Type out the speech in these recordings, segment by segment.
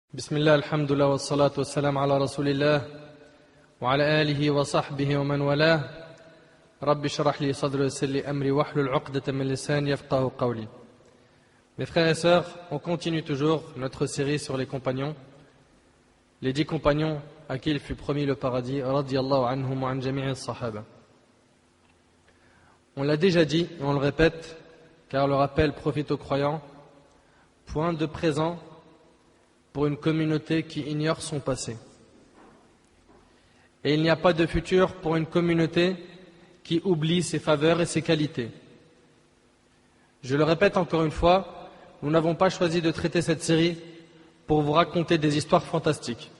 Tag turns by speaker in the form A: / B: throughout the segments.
A: بسم الله الحمد لله والصلاة والسلام على رسول الله وعلى آله وصحبه ومن والاه رب اشرح لي صدري ويسر لي أمري واحلل عقدة من لساني يفقهوا قولي. Mes frères et sœurs, on continue toujours notre série sur les compagnons, les 10 compagnons à qui il fut promis le paradis, radiyallahu anhum wa an jami'i as-sahaba. On l'a déjà dit et on le répète, car le rappel profite aux croyants, point de présent pour une communauté qui ignore son passé. Et il n'y a pas de futur pour une communauté qui oublie ses faveurs et ses qualités. Je le répète encore une fois, nous n'avons pas choisi de traiter cette série pour vous raconter des histoires fantastiques,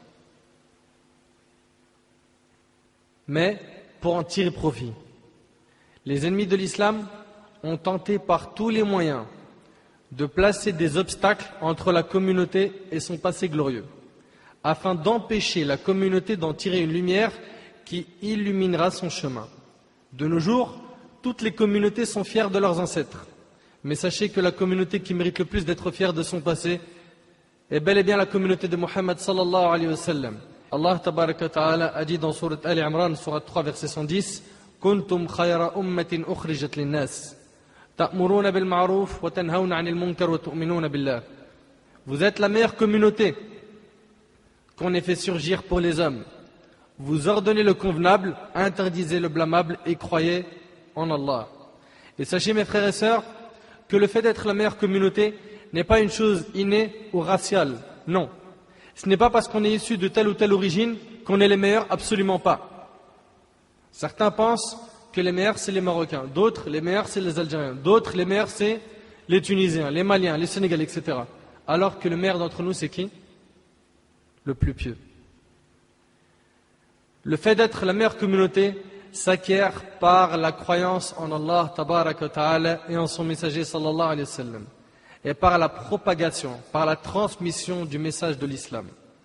A: mais pour en tirer profit. Les ennemis de l'islam ont tenté par tous les moyens de placer des obstacles entre la communauté et son passé glorieux, afin d'empêcher la communauté d'en tirer une lumière qui illuminera son chemin. De nos jours, toutes les communautés sont fières de leurs ancêtres, mais sachez que la communauté qui mérite le plus d'être fière de son passé est bel et bien la communauté de Muhammad sallallahu alayhi wa sallam. Allah tabaraka wa ta'ala a dit dans Surat Al-Imran, Surat 3, verset 110, « Kuntum khayra ummatin ukhrijat linnas » Vous êtes la meilleure communauté qu'on ait fait surgir pour les hommes. Vous ordonnez le convenable, interdisez le blâmable et croyez en Allah. Et sachez mes frères et sœurs que le fait d'être la meilleure communauté n'est pas une chose innée ou raciale. Non. Ce n'est pas parce qu'on est issu de telle ou telle origine qu'on est les meilleurs, absolument pas. Certains pensent que les meilleurs c'est les Marocains, d'autres les meilleurs c'est les Algériens, d'autres les meilleurs c'est les Tunisiens, les Maliens, les Sénégalais, etc. Alors que le meilleur d'entre nous c'est qui? Le plus pieux. Le fait d'être la meilleure communauté s'acquiert par la croyance en Allah tabaraka wa ta'ala et en son messager sallallahu alayhi wa sallam, et par la propagation, par la transmission du message de l'islam.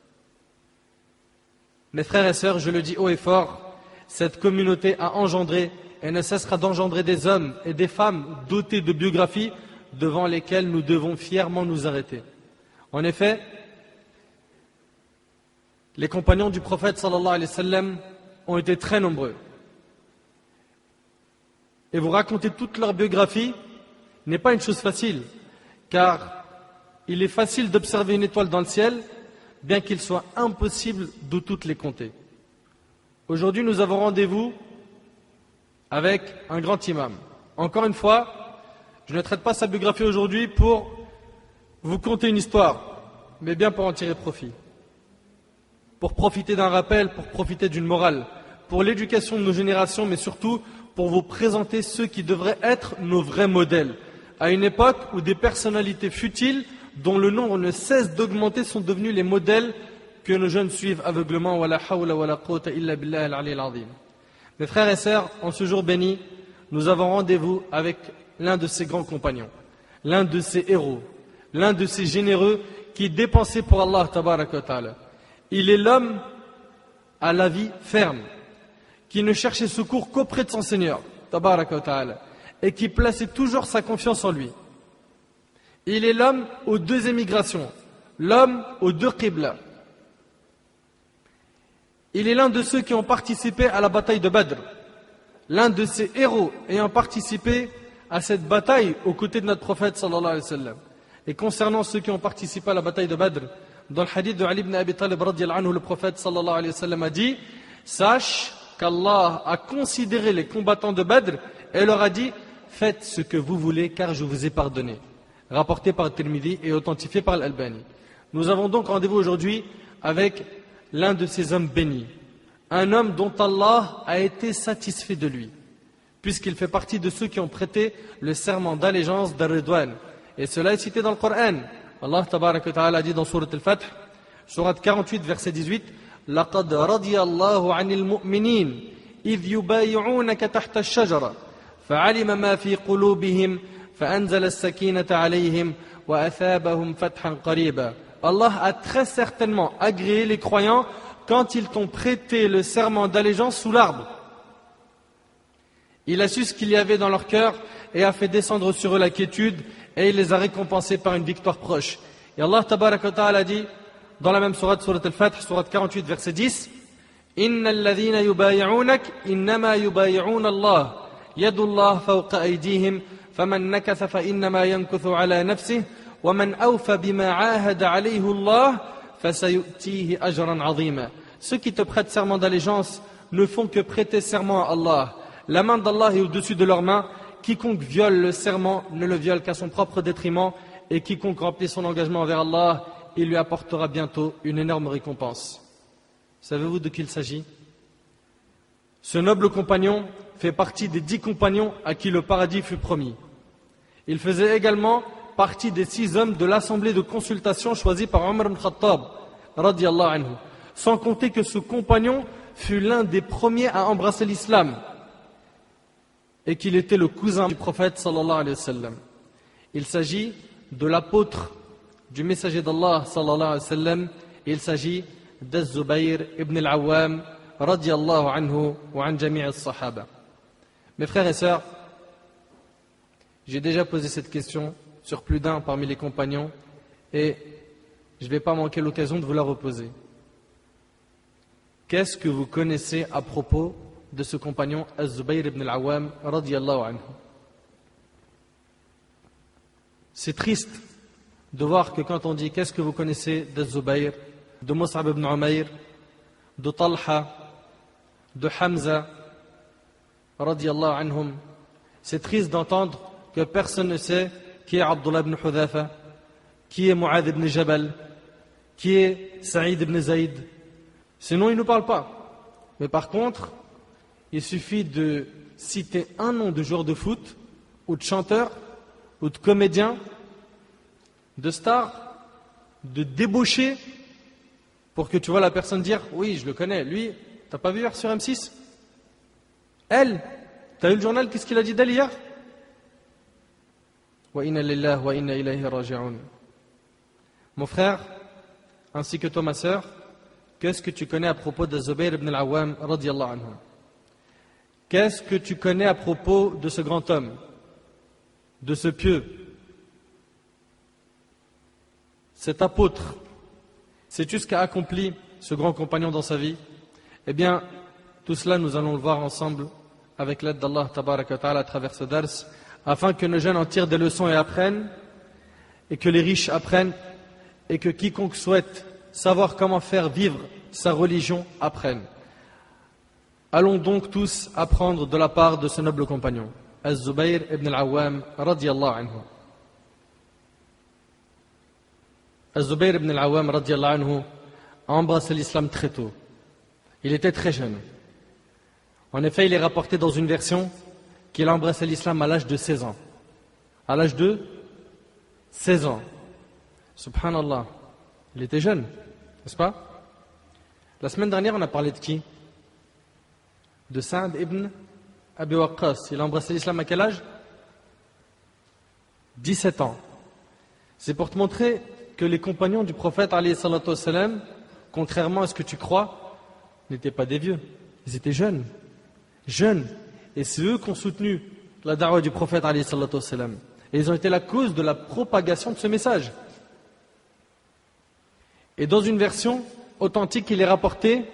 A: Mes frères et sœurs, je le dis haut et fort, cette communauté a engendré et ne cessera d'engendrer des hommes et des femmes dotés de biographies devant lesquelles nous devons fièrement nous arrêter. En effet, les compagnons du prophète sallallahu alayhi wa sallam ont été très nombreux. Et vous raconter toute leur biographie n'est pas une chose facile, car il est facile d'observer une étoile dans le ciel, bien qu'il soit impossible de toutes les compter. Aujourd'hui, nous avons rendez-vous avec un grand imam. Encore une fois, je ne traite pas sa biographie aujourd'hui pour vous conter une histoire, mais bien pour en tirer profit. Pour profiter d'un rappel, pour profiter d'une morale, pour l'éducation de nos générations, mais surtout pour vous présenter ceux qui devraient être nos vrais modèles, à une époque où des personnalités futiles, dont le nombre ne cesse d'augmenter, sont devenus les modèles que nos jeunes suivent aveuglement. Wa la hawla wa la quwwata illa billah al-ali al-azim. Mes frères et sœurs, en ce jour béni, nous avons rendez-vous avec l'un de ces grands compagnons, l'un de ces héros, l'un de ces généreux qui dépensait pour Allah tabaraka wa ta'ala. Il est l'homme à la vie ferme, qui ne cherchait secours qu'auprès de son Seigneur tabaraka wa ta'ala, et qui plaçait toujours sa confiance en lui. Il est l'homme aux 2 émigrations, l'homme aux 2 qibla. Il est l'un de ceux qui ont participé à la bataille de Badr, l'un de ces héros ayant participé à cette bataille aux côtés de notre prophète sallallahu alayhi wa sallam. Et concernant ceux qui ont participé à la bataille de Badr, dans le hadith de Ali ibn Abi Talib radiyallahu anhu, le prophète sallallahu alayhi wa sallam a dit: sache qu'Allah a considéré les combattants de Badr et leur a dit: faites ce que vous voulez car je vous ai pardonné. Rapporté par Tirmidhi et authentifié par l'Albani. Nous avons donc rendez-vous aujourd'hui avec l'un de ces hommes bénis, un homme dont Allah a été satisfait de lui, puisqu'il fait partie de ceux qui ont prêté le serment d'allégeance d'Ar-Ridwan. Et cela est cité dans le Coran. Allah tabaraka wa ta'ala dit dans Surat Al-Fath, Surat 48, verset 18, لَقَدْ رَضِيَ اللَّهُ عَنِ الْمُؤْمِنِينَ إِذْ يُبَايِعُونَكَ تَحْتَ الشَّجَرَةِ فَعَلِمَ مَا فِي قُلُوبِهِمْ فَأَنزَلَ السَّكِينَةَ عَلَيْهِمْ وَأَثَابَهُمْ فَتْحًا قَرِيبًا. Allah a très certainement agréé les croyants quand ils t'ont prêté le serment d'allégeance sous l'arbre. Il a su ce qu'il y avait dans leur cœur et a fait descendre sur eux la quiétude et il les a récompensés par une victoire proche. Et Allah tabaraka wa ta'ala dit: dans la même sourate, sourate Al-Fath, sourate 48, verset 10, إن الذين يبايعونك إنما يبايعون الله يد الله فوق أيديهم فمن نكث فإنما ينكث على نفسه ومن أوفى بما عاهد عليه الله فسيؤتيه أجرا عظيما. Ceux qui te prêtent serment d'allégeance ne font que prêter serment à Allah. La main d'Allah est au-dessus de leurs mains. Quiconque viole le serment ne le viole qu'à son propre détriment, et quiconque remplit son engagement envers Allah, il lui apportera bientôt une énorme récompense. Savez-vous de qui il s'agit? Ce noble compagnon fait partie des 10 compagnons à qui le paradis fut promis. Il faisait également partie des 6 hommes de l'assemblée de consultation choisie par Omar ibn Khattab, radiyallahu anhu. Sans compter que ce compagnon fut l'un des premiers à embrasser l'islam et qu'il était le cousin du prophète sallallahu alayhi wa sallam. Il s'agit de l'apôtre du messager d'Allah sallallahu alayhi wa sallam, et il s'agit d'Az-Zubayr ibn al-Awwam radiyallahu anhu wa an jami' as-sahaba. Mes frères et sœurs, j'ai déjà posé cette question sur plus d'un parmi les compagnons et je ne vais pas manquer l'occasion de vous la reposer. Qu'est-ce que vous connaissez à propos de ce compagnon Az-Zubayr ibn al-Awwam radiyallahu anhu? C'est triste de voir que quand on dit qu'est-ce que vous connaissez d'Az-Zubayr, de Mus'ab ibn Umayr, de Talha, de Hamza radiyallahu anhum, c'est triste d'entendre que personne ne sait qui est Abdullah ibn Hudhafa, qui est Mu'adh ibn Jabal, qui est Saïd ibn Zayd. Sinon, ils ne nous parlent pas. Mais par contre, il suffit de citer un nom de joueur de foot, ou de chanteur, ou de comédien, de star, de débauché, pour que tu vois la personne dire « Oui, je le connais. Lui, t'as pas vu hier sur M6 ? Elle, t'as eu le journal, qu'est-ce qu'il a dit d'elle hier ?» Wa inna lillahi wa inna ilayhi raji'un. Mon frère, ainsi que toi ma sœur, qu'est-ce que tu connais à propos de Zubayr ibn al-Awwam radiyallahu anhu? Qu'est-ce que tu connais à propos de ce grand homme, de ce pieux, cet apôtre? Sais-tu ce qu'a accompli ce grand compagnon dans sa vie? Eh bien, tout cela nous allons le voir ensemble avec l'aide d'Allah tabaraka wa ta'ala à travers ce dars, afin que nos jeunes en tirent des leçons et apprennent, et que les riches apprennent, et que quiconque souhaite savoir comment faire vivre sa religion apprenne. Allons donc tous apprendre de la part de ce noble compagnon, Az-Zubayr ibn al-Awwam radiyallahu anhu. Az-Zubayr ibn al-Awwam radiyallahu anhu a embrassé l'islam très tôt. Il était très jeune. En effet, il est rapporté dans une version qu'il a embrassé l'islam à l'âge de 16 ans. À l'âge de 16 ans. Subhanallah. Il était jeune, n'est-ce pas? La semaine dernière, on a parlé de qui? De Sa'd ibn Abi Waqqas. Il a embrassé l'islam à quel âge? 17 ans. C'est pour te montrer que les compagnons du prophète, alayhi salatu wassalam, contrairement à ce que tu crois, n'étaient pas des vieux. Ils étaient jeunes. Jeunes. Et c'est eux qui ont soutenu la da'wah du prophète, alayhi salatu wassalam. Et ils ont été la cause de la propagation de ce message. Et dans une version authentique, il est rapporté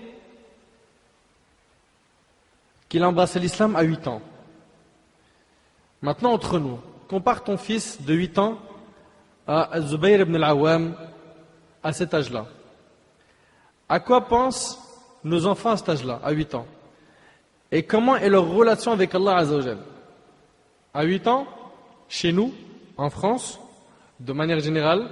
A: qu'il a embrassé l'islam à 8 ans. Maintenant, entre nous, compare ton fils de 8 ans à Zubayr ibn al-Awwam à cet âge-là. À quoi pensent nos enfants à cet âge-là, à 8 ans? Et comment est leur relation avec Allah Azza wa Jal? À 8 ans, chez nous, en France, de manière générale,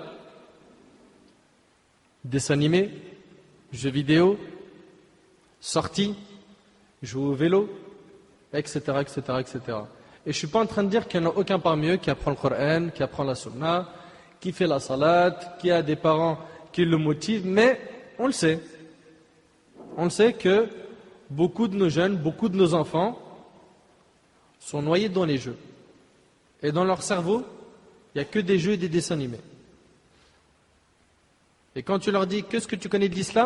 A: dessins animés, jeux vidéo, sorties, jouer au vélo, etc., etc., etc. Et je ne suis pas en train de dire qu'il n'y en a aucun parmi eux qui apprend le Coran, qui apprend la Sunna, qui fait la salat, qui a des parents qui le motivent, mais on le sait. On le sait que beaucoup de nos jeunes, beaucoup de nos enfants sont noyés dans les jeux. Et dans leur cerveau, il n'y a que des jeux et des dessins animés. Et quand tu leur dis « Qu'est-ce que tu connais de l'islam ?»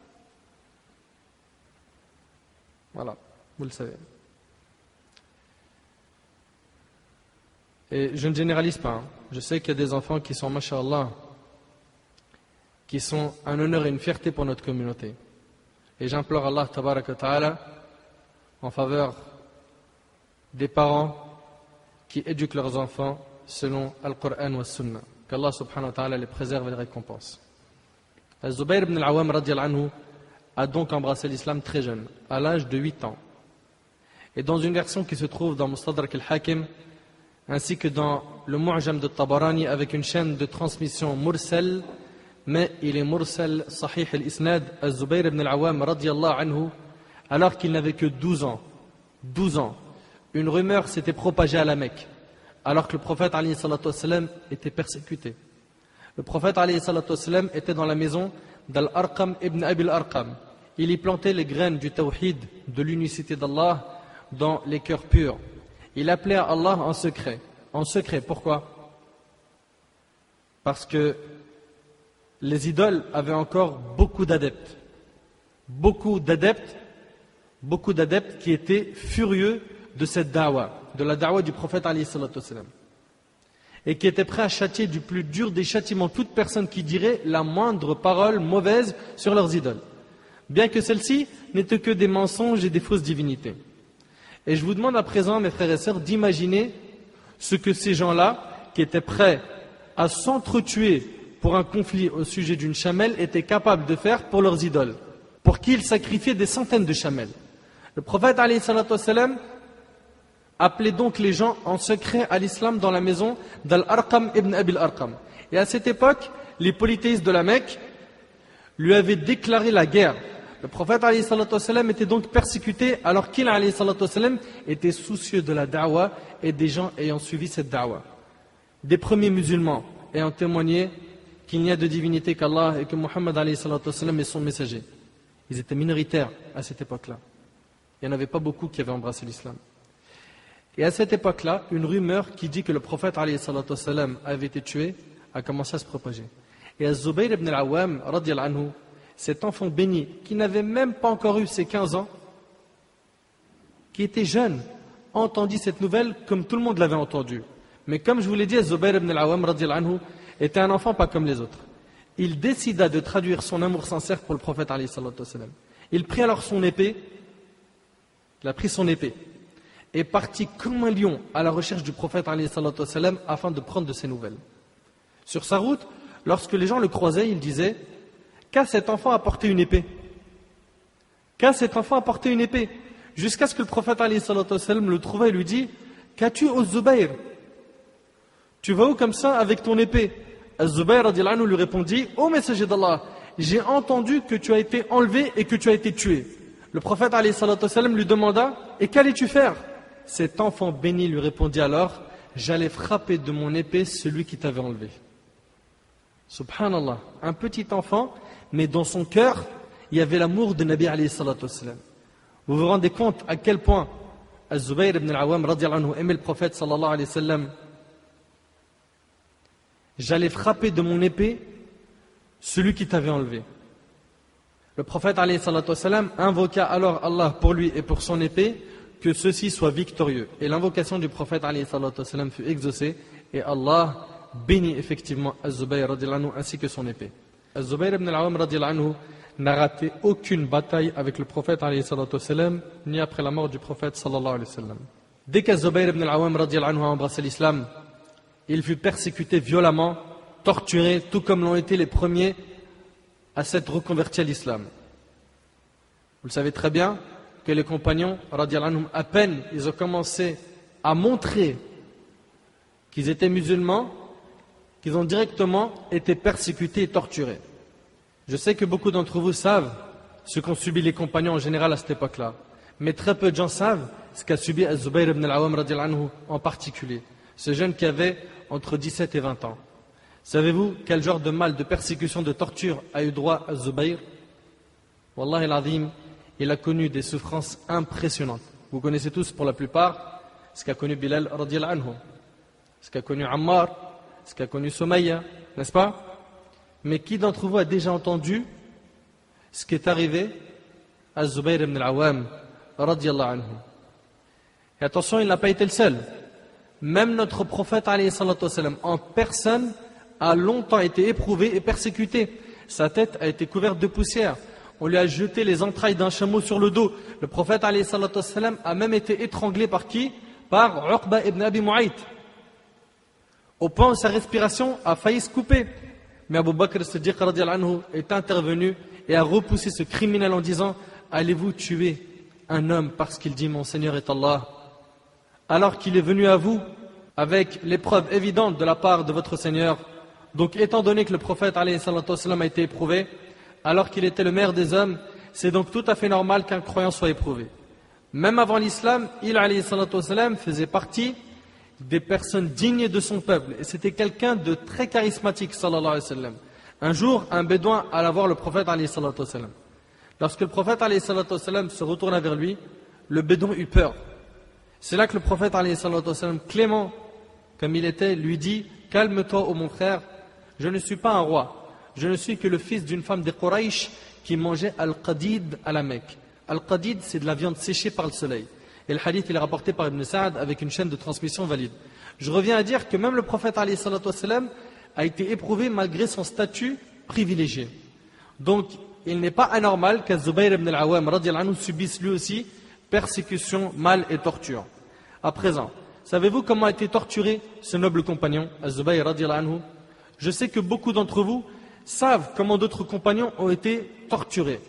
A: Voilà, vous le savez. Et je ne généralise pas. Je sais qu'il y a des enfants qui sont, masha'Allah, qui sont un honneur et une fierté pour notre communauté. Et j'implore Allah tabaraka wa ta'ala en faveur des parents qui éduquent leurs enfants selon Al-Qur'an wa Sunnah. Qu'Allah subhanahu wa ta'ala les préserve et les récompense. Zubayr ibn al-Awwam radiyallahu anhu a donc embrassé l'islam très jeune, à l'âge de 8 ans. Et dans une version qui se trouve dans Mustadrak al-Hakim, ainsi que dans le Mu'jam de Tabarani, avec une chaîne de transmission mursal, mais il est mursal sahih al-isnad, Zubayr ibn al-Awwam radiyallahu anhu, alors qu'il n'avait que 12 ans. 12 ans. Une rumeur s'était propagée à la Mecque, alors que le prophète alayhi salatu wassalam était persécuté. Le prophète alayhi salatu wassalam était dans la maison d'Al-Arqam ibn Abi al-Arqam. Il y plantait les graines du tawhid, de l'unicité d'Allah, dans les cœurs purs. Il appelait à Allah en secret. En secret, pourquoi? Parce que les idoles avaient encore beaucoup d'adeptes. Beaucoup d'adeptes qui étaient furieux de cette da'wa, de la da'wa du prophète alayhi salatu wassalam, et qui étaient prêts à châtier du plus dur des châtiments toute personne qui dirait la moindre parole mauvaise sur leurs idoles, bien que celles-ci n'étaient que des mensonges et des fausses divinités. Et je vous demande à présent, mes frères et sœurs, d'imaginer ce que ces gens-là, qui étaient prêts à s'entretuer pour un conflit au sujet d'une chamelle, étaient capables de faire pour leurs idoles, pour qui ils sacrifiaient des centaines de chamelles. Le prophète alayhi salatu wassalam appelait donc les gens en secret à l'islam dans la maison d'Al-Arqam ibn Abi al-Arqam. Et à cette époque, les polythéistes de la Mecque lui avaient déclaré la guerre. Le prophète alayhi salatu wassalam était donc persécuté, alors qu'il alayhi salatu wassalam était soucieux de la da'wa et des gens ayant suivi cette da'wa. Des premiers musulmans ayant témoigné qu'il n'y a de divinité qu'Allah et que Muhammad alayhi salatu wassalam est son messager. Ils étaient minoritaires à cette époque-là. Il n'y en avait pas beaucoup qui avaient embrassé l'islam. Et à cette époque-là, une rumeur qui dit que le prophète alayhi salatu wassalam avait été tué a commencé à se propager. Et Az-Zubayr ibn al-Awwam radiyallahu anhu, cet enfant béni qui n'avait même pas encore eu ses 15 ans, qui était jeune, entendit cette nouvelle comme tout le monde l'avait entendue. Mais comme je vous l'ai dit, Az-Zubayr ibn al-Awwam radiyallahu anhu était un enfant pas comme les autres. Il décida de traduire son amour sincère pour le prophète alayhi salatu wassalam. Il prit alors son épée, il a pris son épée, et partit comme un lion à la recherche du prophète alayhi salatu wassalam afin de prendre de ses nouvelles. Sur sa route, lorsque les gens le croisaient, ils disaient: qu'a cet enfant apporté une épée? Qu'a cet enfant apporté une épée? Jusqu'à ce que le prophète alayhi salatu wassalam le trouva et lui dit: qu'as-tu au Zubayr? Tu vas où comme ça avec ton épée? Az-Zubayr radiyallahu anhu lui répondit: ô messager d'Allah, j'ai entendu que tu as été enlevé et que tu as été tué. Le prophète alayhi salatu wassalam lui demanda: et qu'allais-tu faire? Cet enfant béni lui répondit alors: j'allais frapper de mon épée celui qui t'avait enlevé. Subhanallah, un petit enfant, mais dans son cœur, il y avait l'amour de Nabi alayhi salatu wassalam. Vous vous rendez compte à quel point Az-Zubayr ibn al-Awwam radiyallahu anhu aimait le prophète sallallahu alayhi wa sallam. J'allais frapper de mon épée celui qui t'avait enlevé. Le prophète alayhi salatu wassalam invoqua alors Allah pour lui et pour son épée, que ceux-ci soient victorieux. Et l'invocation du prophète alayhi salatu wassalam fut exaucée, et Allah bénit effectivement Az-Zubayr radiyallahu anhu ainsi que son épée. Az-Zubayr ibn al-Awwam radiyallahu anhu n'a raté aucune bataille avec le prophète alayhi salatu wassalam, ni après la mort du prophète sallallahu alayhi wa sallam. Dès qu'Az-Zubayr ibn al-Awwam radiyallahu anhu a embrassé l'islam, il fut persécuté violemment, torturé, tout comme l'ont été les premiers à s'être reconvertis à l'islam. Vous le savez très bien que les compagnons, radiyallahu anhum, à peine ils ont commencé à montrer qu'ils étaient musulmans, qu'ils ont directement été persécutés et torturés. Je sais que beaucoup d'entre vous savent ce qu'ont subi les compagnons en général à cette époque-là, mais très peu de gens savent ce qu'a subi Az-Zubayr ibn al-Awwam radiyallahu anhu en particulier, ce jeune qui avait entre 17 et 20 ans. Savez-vous quel genre de mal, de persécution, de torture a eu droit Az-Zubayr? Wallahi al-Azim, il a connu des souffrances impressionnantes. Vous connaissez tous pour la plupart ce qu'a connu Bilal radiyallahu anhu, ce qu'a connu Ammar, ce qu'a connu Soumaïa, n'est-ce pas? Mais qui d'entre vous a déjà entendu ce qui est arrivé à Zubayr ibn al-Awwam radiyallahu anhu? Et attention, il n'a pas été le seul. Même notre prophète alayhi salatu wassalam, en personne, a longtemps été éprouvé et persécuté. sa tête a été couverte de poussière. On lui a jeté les entrailles d'un chameau sur le dos. Le prophète alayhi salatu wassalam, a même été étranglé par qui? Par Uqba ibn Abi Mu'ayt. Au point où sa respiration a failli se couper. Mais Abu Bakr as-Siddiq radiyallahu anhu est intervenu et a repoussé ce criminel en disant: allez-vous tuer un homme parce qu'il dit mon Seigneur est Allah, alors qu'il est venu à vous avec les preuves évidentes de la part de votre Seigneur? Donc étant donné que le prophète alayhi salatu wassalam a été éprouvé, alors qu'il était le meilleur des hommes, c'est donc tout à fait normal qu'un croyant soit éprouvé. Même avant l'islam, il alayhi salatu wassalam faisait partie des personnes dignes de son peuple. Et c'était quelqu'un de très charismatique, sallallahu alayhi wa sallam. Un jour, un bédouin alla voir le prophète alayhi salatu wassalam. Lorsque le prophète alayhi salatu wassalam se retourna vers lui, le bédouin eut peur. C'est là que le prophète alayhi salatu wassalam, clément comme il était, lui dit: calme-toi, ô mon frère, je ne suis pas un roi, je ne suis que le fils d'une femme des Quraysh qui mangeait al-qadid à la Mecque. Al-qadid, c'est de la viande séchée par le soleil. Et le hadith, il est rapporté par Ibn Sa'ad avec une chaîne de transmission valide. Je reviens à dire que même le prophète alayhi salatu wassalam a été éprouvé malgré son statut privilégié. Donc, il n'est pas anormal qu'Az-Zubayr ibn al-Awwam radiyallahu anhu subisse lui aussi persécution, mal et torture. À présent, savez-vous comment a été torturé ce noble compagnon, Az-Zubayr radiyallahu anhu? Je sais que beaucoup d'entre vous savent comment d'autres compagnons ont été torturés.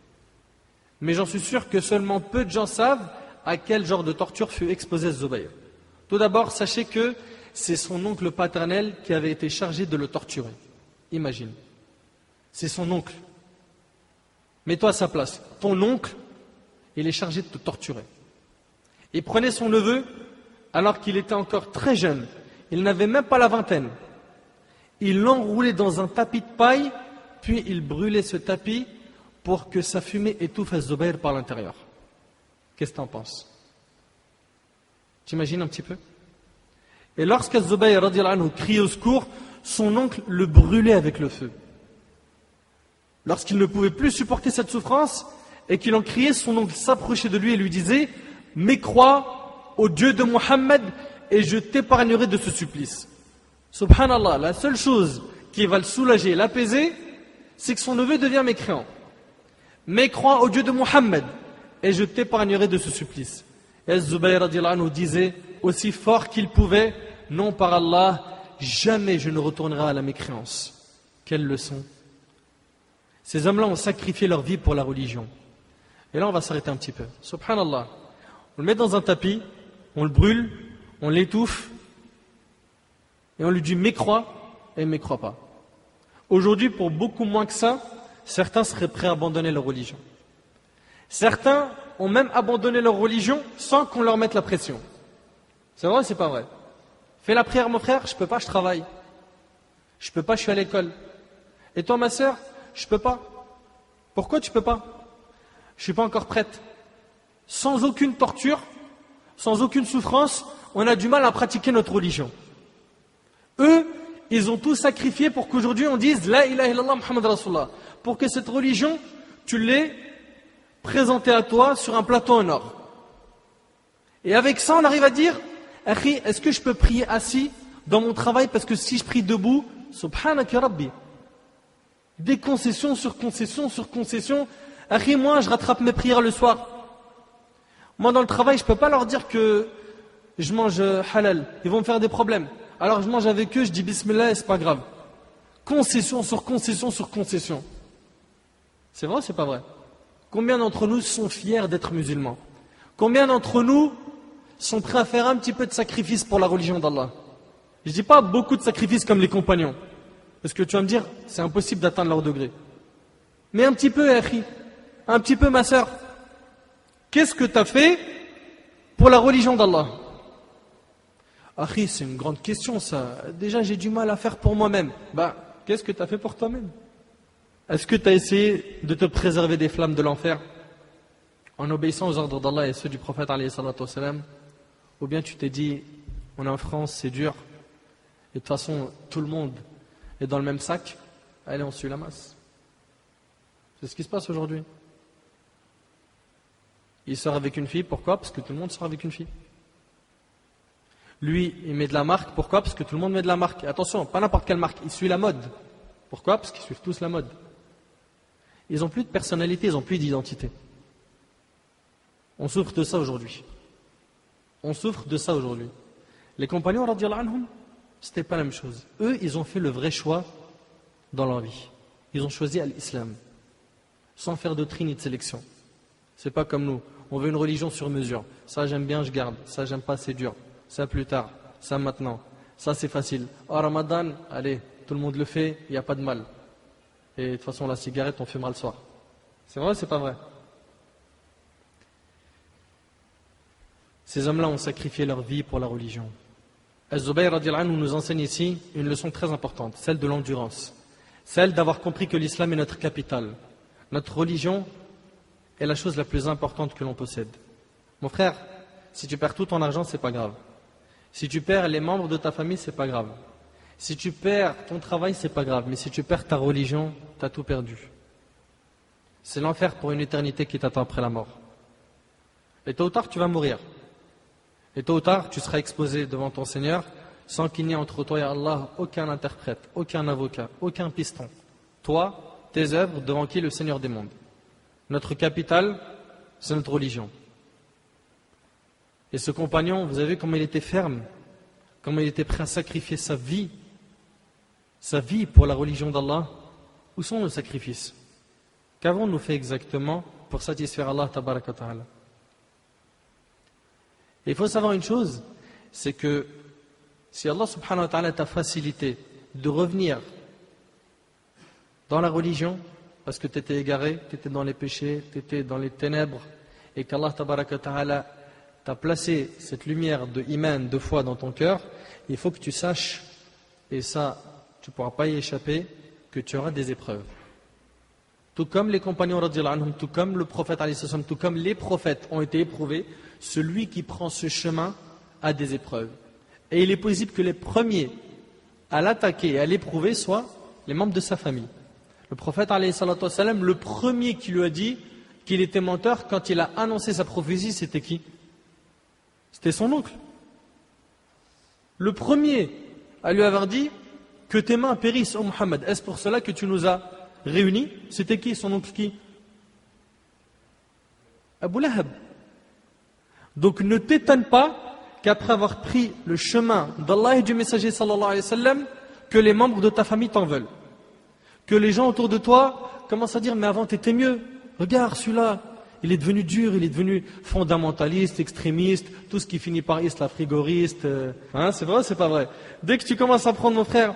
A: Mais j'en suis sûr que seulement peu de gens savent à quel genre de torture fut exposé Az-Zubayr. Tout d'abord, sachez que c'est son oncle paternel qui avait été chargé de le torturer. Imagine. C'est son oncle. Mets-toi à sa place. Ton oncle, il est chargé de te torturer. Et prenez son neveu, alors qu'il était encore très jeune. Il n'avait même pas la vingtaine. Il l'enroulait dans un tapis de paille, puis il brûlait ce tapis pour que sa fumée étouffe Az-Zubayr par l'intérieur. Qu'est-ce que tu en penses? T'imagines un petit peu? Et lorsqu'Az-Zubayr radiyallahu anhu criait au secours, son oncle le brûlait avec le feu. Lorsqu'il ne pouvait plus supporter cette souffrance et qu'il en criait, son oncle s'approchait de lui et lui disait: mais crois au Dieu de Mohammed et je t'épargnerai de ce supplice. Subhanallah, la seule chose qui va le soulager et l'apaiser, c'est que son neveu devient mécréant. Mais crois au Dieu de Mohammed et je t'épargnerai de ce supplice. Et Zubayr radiyallahu anhu disait aussi fort qu'il pouvait: non, par Allah, jamais je ne retournerai à la mécréance. Quelle leçon! Ces hommes-là ont sacrifié leur vie pour la religion. Et là, on va s'arrêter un petit peu. Subhanallah. On le met dans un tapis, on le brûle, on l'étouffe, et on lui dit mécrois, et il ne mécroit pas. Aujourd'hui, pour beaucoup moins que ça, certains seraient prêts à abandonner leur religion. Certains ont même abandonné leur religion sans qu'on leur mette la pression. C'est vrai ou c'est pas vrai? Fais la prière, mon frère. Je peux pas, je travaille. Je peux pas, je suis à l'école. Et toi, ma sœur? Je peux pas. Pourquoi tu peux pas? Je suis pas encore prête. Sans aucune torture, sans aucune souffrance, on a du mal à pratiquer notre religion. Eux, ils ont tout sacrifié pour qu'aujourd'hui on dise La ilaha illallah Muhammad Rasulullah. Pour que cette religion, tu l'aies présentée à toi sur un plateau en or. Et avec ça, on arrive à dire Akhi, est-ce que je peux prier assis dans mon travail? Parce que si je prie debout, subhanaka rabbi. Des concessions sur concessions sur concessions. Akhi, moi, je rattrape mes prières le soir. Moi, dans le travail, je ne peux pas leur dire que je mange halal. Ils vont me faire des problèmes. Alors, je mange avec eux, je dis bismillah et c'est pas grave. Concession sur concession sur concession. C'est vrai ou c'est pas vrai? Combien d'entre nous sont fiers d'être musulmans? Combien d'entre nous sont prêts à faire un petit peu de sacrifice pour la religion d'Allah? Je ne dis pas beaucoup de sacrifices comme les compagnons. Parce que tu vas me dire, c'est impossible d'atteindre leur degré. Mais un petit peu, Akhi. Un petit peu, ma sœur. Qu'est-ce que tu as fait pour la religion d'Allah? Akhi, c'est une grande question ça. Déjà, j'ai du mal à faire pour moi-même. Qu'est-ce que tu as fait pour toi-même? Est-ce que tu as essayé de te préserver des flammes de l'enfer en obéissant aux ordres d'Allah et ceux du prophète alayhi salatu wassalam? Ou bien tu t'es dit, on est en France, c'est dur, et de toute façon, tout le monde est dans le même sac, allez, on suit la masse. C'est ce qui se passe aujourd'hui. Il sort avec une fille, pourquoi? Parce que tout le monde sort avec une fille. Lui, il met de la marque, pourquoi? Parce que tout le monde met de la marque. Et attention, pas n'importe quelle marque, il suit la mode. Pourquoi? Parce qu'ils suivent tous la mode. Ils n'ont plus de personnalité, ils n'ont plus d'identité. On souffre de ça aujourd'hui. On souffre de ça aujourd'hui. Les compagnons, radiyallahu anhum, c'était pas la même chose. Eux, ils ont fait le vrai choix dans leur vie. Ils ont choisi l'islam, sans faire de tri ni de sélection. C'est pas comme nous. On veut une religion sur mesure. Ça, j'aime bien, je garde. Ça, j'aime pas, c'est dur. Ça, plus tard. Ça, maintenant. Ça, c'est facile. Oh, Ramadan, allez, tout le monde le fait, il n'y a pas de mal. Et de toute façon, la cigarette, on fumera le soir. C'est vrai ou c'est pas vrai? Ces hommes-là ont sacrifié leur vie pour la religion. Az-Zubayr radiyallahu anhu nous enseigne ici une leçon très importante, celle de l'endurance. Celle d'avoir compris que l'islam est notre capitale. Notre religion est la chose la plus importante que l'on possède. Mon frère, si tu perds tout ton argent, c'est pas grave. Si tu perds les membres de ta famille, c'est pas grave. Si tu perds ton travail, c'est pas grave. Mais si tu perds ta religion, tu as tout perdu. C'est l'enfer pour une éternité qui t'attend après la mort. Et tôt ou tard, tu vas mourir. Et tôt ou tard, tu seras exposé devant ton Seigneur sans qu'il n'y ait entre toi et Allah aucun interprète, aucun avocat, aucun piston. Toi, tes œuvres, devant qui le Seigneur des mondes. Notre capital, c'est notre religion. Et ce compagnon, vous avez vu comment il était ferme, comment il était prêt à sacrifier sa vie pour la religion d'Allah. Où sont nos sacrifices? Qu'avons-nous fait exactement pour satisfaire Allah tabaraka wa ta'ala? Et il faut savoir une chose, c'est que si Allah subhanahu wa ta'ala t'a facilité de revenir dans la religion, parce que tu étais égaré, tu étais dans les péchés, tu étais dans les ténèbres, et qu'Allah tabaraka wa ta'ala t'a placé cette lumière de iman, de foi dans ton cœur, il faut que tu saches, et ça, tu ne pourras pas y échapper, que tu auras des épreuves. Tout comme les compagnons radiyallahu anhum, tout comme le prophète alayhi salam, tout comme les prophètes ont été éprouvés, celui qui prend ce chemin a des épreuves. Et il est possible que les premiers à l'attaquer et à l'éprouver soient les membres de sa famille. Le prophète alayhi salam, le premier qui lui a dit qu'il était menteur quand il a annoncé sa prophétie, c'était qui? C'était son oncle. Le premier à lui avoir dit que tes mains périssent, ô Muhammad, est-ce pour cela que tu nous as réunis? C'était qui? Son oncle qui? Abu Lahab. Donc ne t'étonne pas qu'après avoir pris le chemin d'Allah et du messager sallallahu alayhi wa sallam, que les membres de ta famille t'en veulent. Que les gens autour de toi commencent à dire mais avant t'étais mieux. Regarde celui-là, il est devenu dur, il est devenu fondamentaliste, extrémiste, tout ce qui finit par isla frigoriste. C'est vrai ou c'est pas vrai? Dès que tu commences à prendre, mon frère,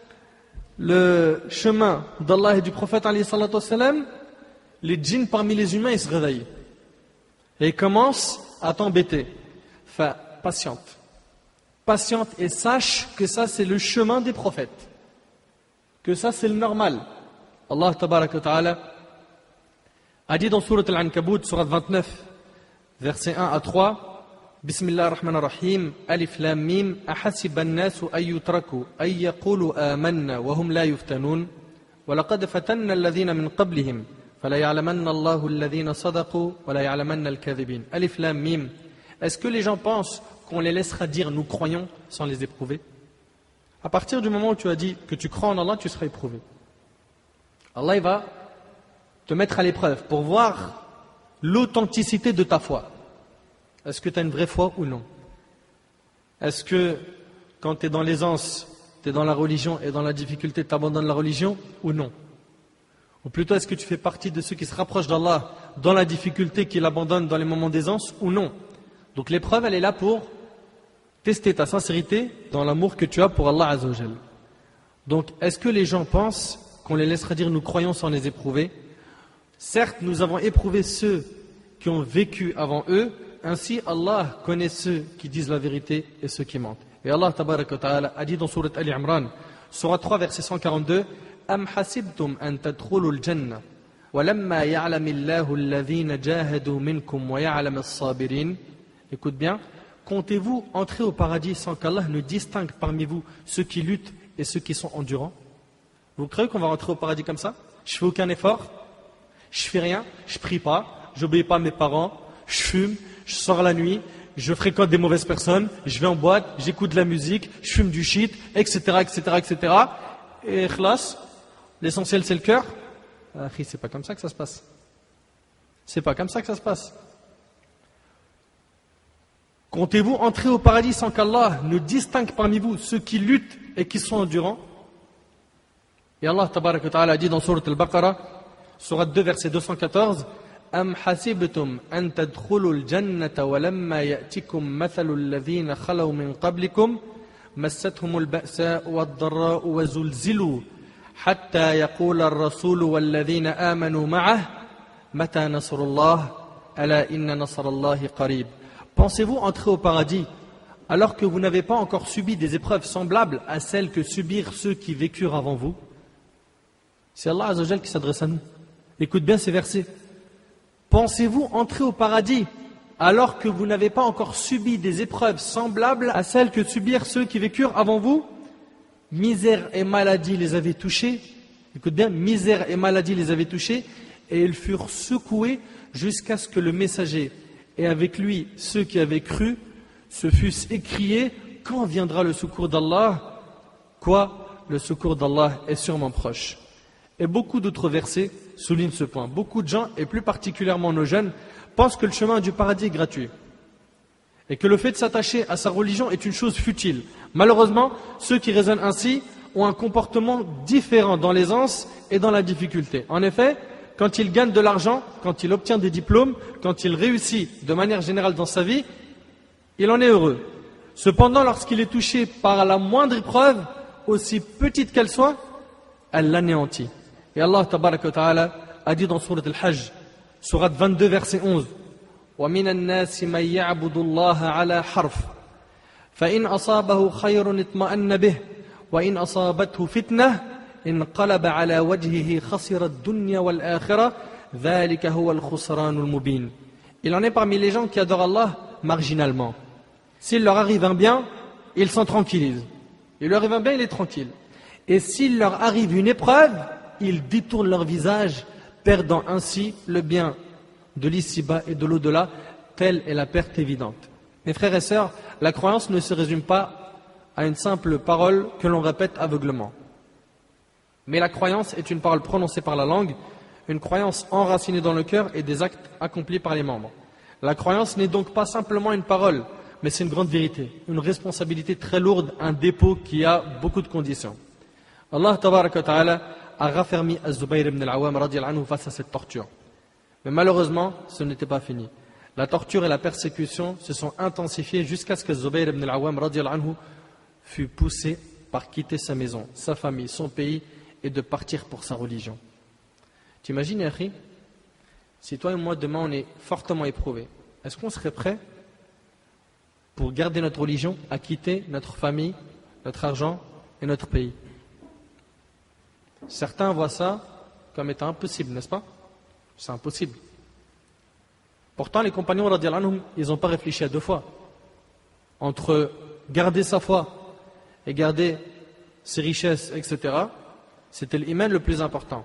A: le chemin d'Allah et du prophète alayhi salatu wassalam, les djinns parmi les humains ils se réveillent. Et ils commencent à t'embêter. Enfin, patiente. Patiente et sache que ça c'est le chemin des prophètes. Que ça c'est le normal. Allah tabaraka wa ta'ala a dit dans Surat Al-Ankabut, Surat 29, versets 1 à 3, Bismillah ar-Rahman ar-Rahim, Alif Lam Mim, Ahasiba an-nasu an yutraku, an yaqulu amanna wa hum la yuftanun, wa laqad fatanna alladhina min qablihim, fala ya'lamanna Allahu alladhina sadaqu, wa la ya'lamanna al-kadhibin. Alif Lam Mim. Est-ce que les gens pensent qu'on les laissera dire nous croyons sans les éprouver? À partir du moment où tu as dit que tu crois en Allah, tu seras éprouvé. Allah il va te mettre à l'épreuve pour voir l'authenticité de ta foi. Est-ce que tu as une vraie foi ou non? Est-ce que quand tu es dans l'aisance, tu es dans la religion et dans la difficulté, tu abandonnes la religion ou non? Ou plutôt est-ce que tu fais partie de ceux qui se rapprochent d'Allah dans la difficulté, qui l'abandonnent dans les moments d'aisance ou non? Donc l'épreuve elle est là pour tester ta sincérité dans l'amour que tu as pour Allah Azza wa Jal. Donc est-ce que les gens pensent qu'on les laissera dire nous croyons sans les éprouver? Certes, nous avons éprouvé ceux qui ont vécu avant eux, ainsi Allah connaît ceux qui disent la vérité et ceux qui mentent. Et Allah tabaraka wa ta'ala a dit dans Surat Ali Imran, Surat 3, verset 142, Am hasibtum an tadkhulul jannah wa lamma ya'lamillahu alladhina jahadu minkum wa ya'lam as-sabirin. Écoute bien, comptez-vous entrer au paradis sans qu'Allah ne distingue parmi vous ceux qui luttent et ceux qui sont endurants? Vous croyez qu'on va rentrer au paradis comme ça? Je fais aucun effort, je fais rien, je prie pas, j'obéis pas à mes parents, je fume, je sors la nuit, je fréquente des mauvaises personnes, je vais en boîte, j'écoute de la musique, je fume du shit, etc., etc., etc. Et khlas, l'essentiel c'est le cœur. Akhi, c'est pas comme ça que ça se passe. C'est pas comme ça que ça se passe. Comptez-vous entrer au paradis sans qu'Allah ne distingue parmi vous ceux qui luttent et qui sont endurants? Et Allah tabaraka wa ta'ala a dit dans Sourate Al-Baqarah, Sourate 2, verset 214, Am hasibtum an tadkhulul jannata wa lamma ya'tikum mathalul ladhina khalaw min qablikum massathumul ba'sa'u wad-dharra'u wa zulzilu hatta yaqula ar-rasulu wal ladhina amanu ma'ah mata nasrullah ala inna nasrallahi qarib. Pensez-vous entrer au paradis alors que vous n'avez pas encore subi des épreuves semblables à celles que subirent ceux qui vécurent avant vous? C'est Allah Azza wa Jal qui s'adresse à nous. Écoute bien ces versets. Pensez-vous entrer au paradis alors que vous n'avez pas encore subi des épreuves semblables à celles que subirent ceux qui vécurent avant vous? Misère et maladie les avaient touchés. Écoute bien, misère et maladie les avaient touchés et ils furent secoués jusqu'à ce que le messager et avec lui ceux qui avaient cru se fussent écriés: quand viendra le secours d'Allah? Quoi? Le secours d'Allah est sûrement proche. Et beaucoup d'autres versets soulignent ce point. Beaucoup de gens, et plus particulièrement nos jeunes, pensent que le chemin du paradis est gratuit et que le fait de s'attacher à sa religion est une chose futile. Malheureusement, ceux qui raisonnent ainsi ont un comportement différent dans l'aisance et dans la difficulté. En effet, quand il gagne de l'argent, quand il obtient des diplômes, quand il réussit de manière générale dans sa vie, il en est heureux. Cependant, lorsqu'il est touché par la moindre épreuve, aussi petite qu'elle soit, elle l'anéantit. Et Allah tabaraka wa ta'ala a dit dans Sourate Al-Hajj, Sourate 22, verset 11, وَمِنَ النَّاسِ مَنْ يَعْبُدُ اللَّهَ عَلَى حَرْفٍ فَإِنْ أَصَابَهُ خَيْرٌ اطْمَأَنَّ بِهِ وَإِنْ أَصَابَتْهُ فِتْنَةٌ انقلب على وجهه خسر الدنيا والآخرة ذلك هو الخسران المبين. Il en est parmi les gens qui adorent Allah marginalement. S'il leur arrive un bien, ils s'en tranquillisent. Il leur arrive un bien, il est tranquille. Et s'il leur arrive une épreuve, ils détournent leur visage, perdant ainsi le bien de l'ici-bas et de l'au-delà. Telle est la perte évidente. Mes frères et sœurs, la croyance ne se résume pas à une simple parole que l'on répète aveuglement. Mais la croyance est une parole prononcée par la langue, une croyance enracinée dans le cœur et des actes accomplis par les membres. La croyance n'est donc pas simplement une parole, mais c'est une grande vérité, une responsabilité très lourde, un dépôt qui a beaucoup de conditions. Allah tabaraka wa ta'ala a raffermi Az-Zubayr ibn al-Awwam radiyallahu anhu face à cette torture. Mais malheureusement, ce n'était pas fini. La torture et la persécution se sont intensifiées jusqu'à ce que Az-Zubayr ibn al-Awwam radiyallahu anhu fut poussé par quitter sa maison, sa famille, son pays et de partir pour sa religion. T'imagines, Yahri, si toi et moi demain on est fortement éprouvés, est-ce qu'on serait prêt pour garder notre religion à quitter notre famille, notre argent et notre pays? Certains voient ça comme étant impossible, n'est-ce pas? C'est impossible. Pourtant, les compagnons radiyallahu anhum, ils n'ont pas réfléchi à deux fois. Entre garder sa foi et garder ses richesses, etc., c'était l'iman le plus important.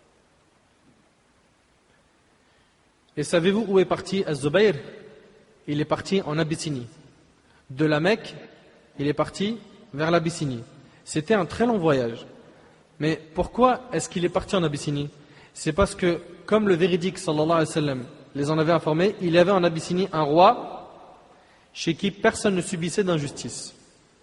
A: Et savez-vous où est parti Az-Zubayr? Il est parti en Abyssinie. De la Mecque, il est parti vers l'Abyssinie. C'était un très long voyage. Mais pourquoi est-ce qu'il est parti en Abyssinie? C'est parce que, comme le véridique sallallahu alayhi wa sallam les en avait informés, il y avait en Abyssinie un roi chez qui personne ne subissait d'injustice.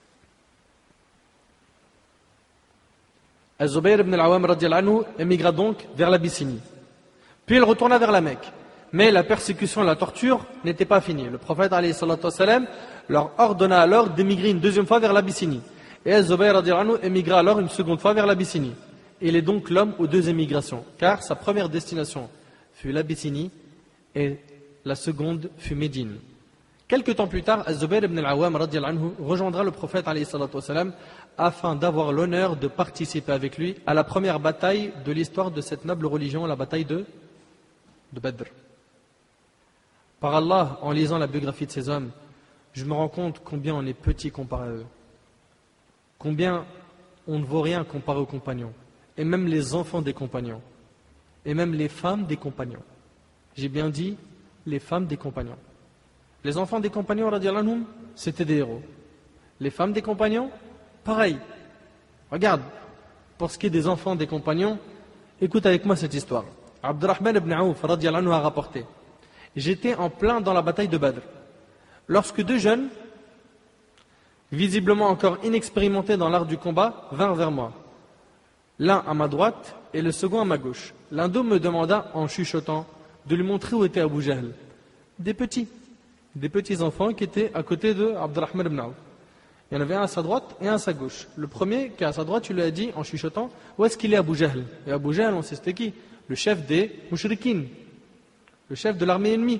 A: Az-Zubayr ibn al-Awwam radiyallahu anhu émigra donc vers l'Abyssinie. Puis il retourna vers la Mecque. Mais la persécution et la torture n'étaient pas finies. Le prophète alayhi salatu wa sallam leur ordonna alors d'émigrer une deuxième fois vers l'Abyssinie. Et Az-Zubayr radiyallahu anhu émigra alors une seconde fois vers l'Abyssinie. Il est donc l'homme aux deux émigrations, car sa première destination fut l'Abyssinie et la seconde fut Médine. Quelque temps plus tard, Az-Zubayr ibn al-Awwam radiyallahu anhu rejoindra le prophète alayhi salatu wa sallam afin d'avoir l'honneur de participer avec lui à la première bataille de l'histoire de cette noble religion, la bataille de Badr. Par Allah, en lisant la biographie de ces hommes, je me rends compte combien on est petit comparé à eux. Combien on ne vaut rien comparé aux compagnons. Et même les enfants des compagnons. Et même les femmes des compagnons. J'ai bien dit les femmes des compagnons. Les enfants des compagnons, radiyallahu anhum, c'était des héros. Les femmes des compagnons, pareil. Regarde, pour ce qui est des enfants des compagnons, Écoute avec moi cette histoire. Abdurrahman ibn Aouf radiyallahu anhu a rapporté: j'étais en plein dans la bataille de Badr, lorsque deux jeunes, visiblement encore inexpérimentés dans l'art du combat, vinrent vers moi. L'un à ma droite et le second à ma gauche. L'un d'eux me demanda en chuchotant de lui montrer où était Abu Jahl. Des petits enfants qui étaient à côté de Abdurrahman ibn Aouf. Il y en avait un à sa droite et un à sa gauche. Le premier qui est à sa droite, il lui a dit en chuchotant: où est-ce qu'il est Abu Jahl? Et Abu Jahl, on sait c'était qui? Le chef des Mushrikin, le chef de l'armée ennemie.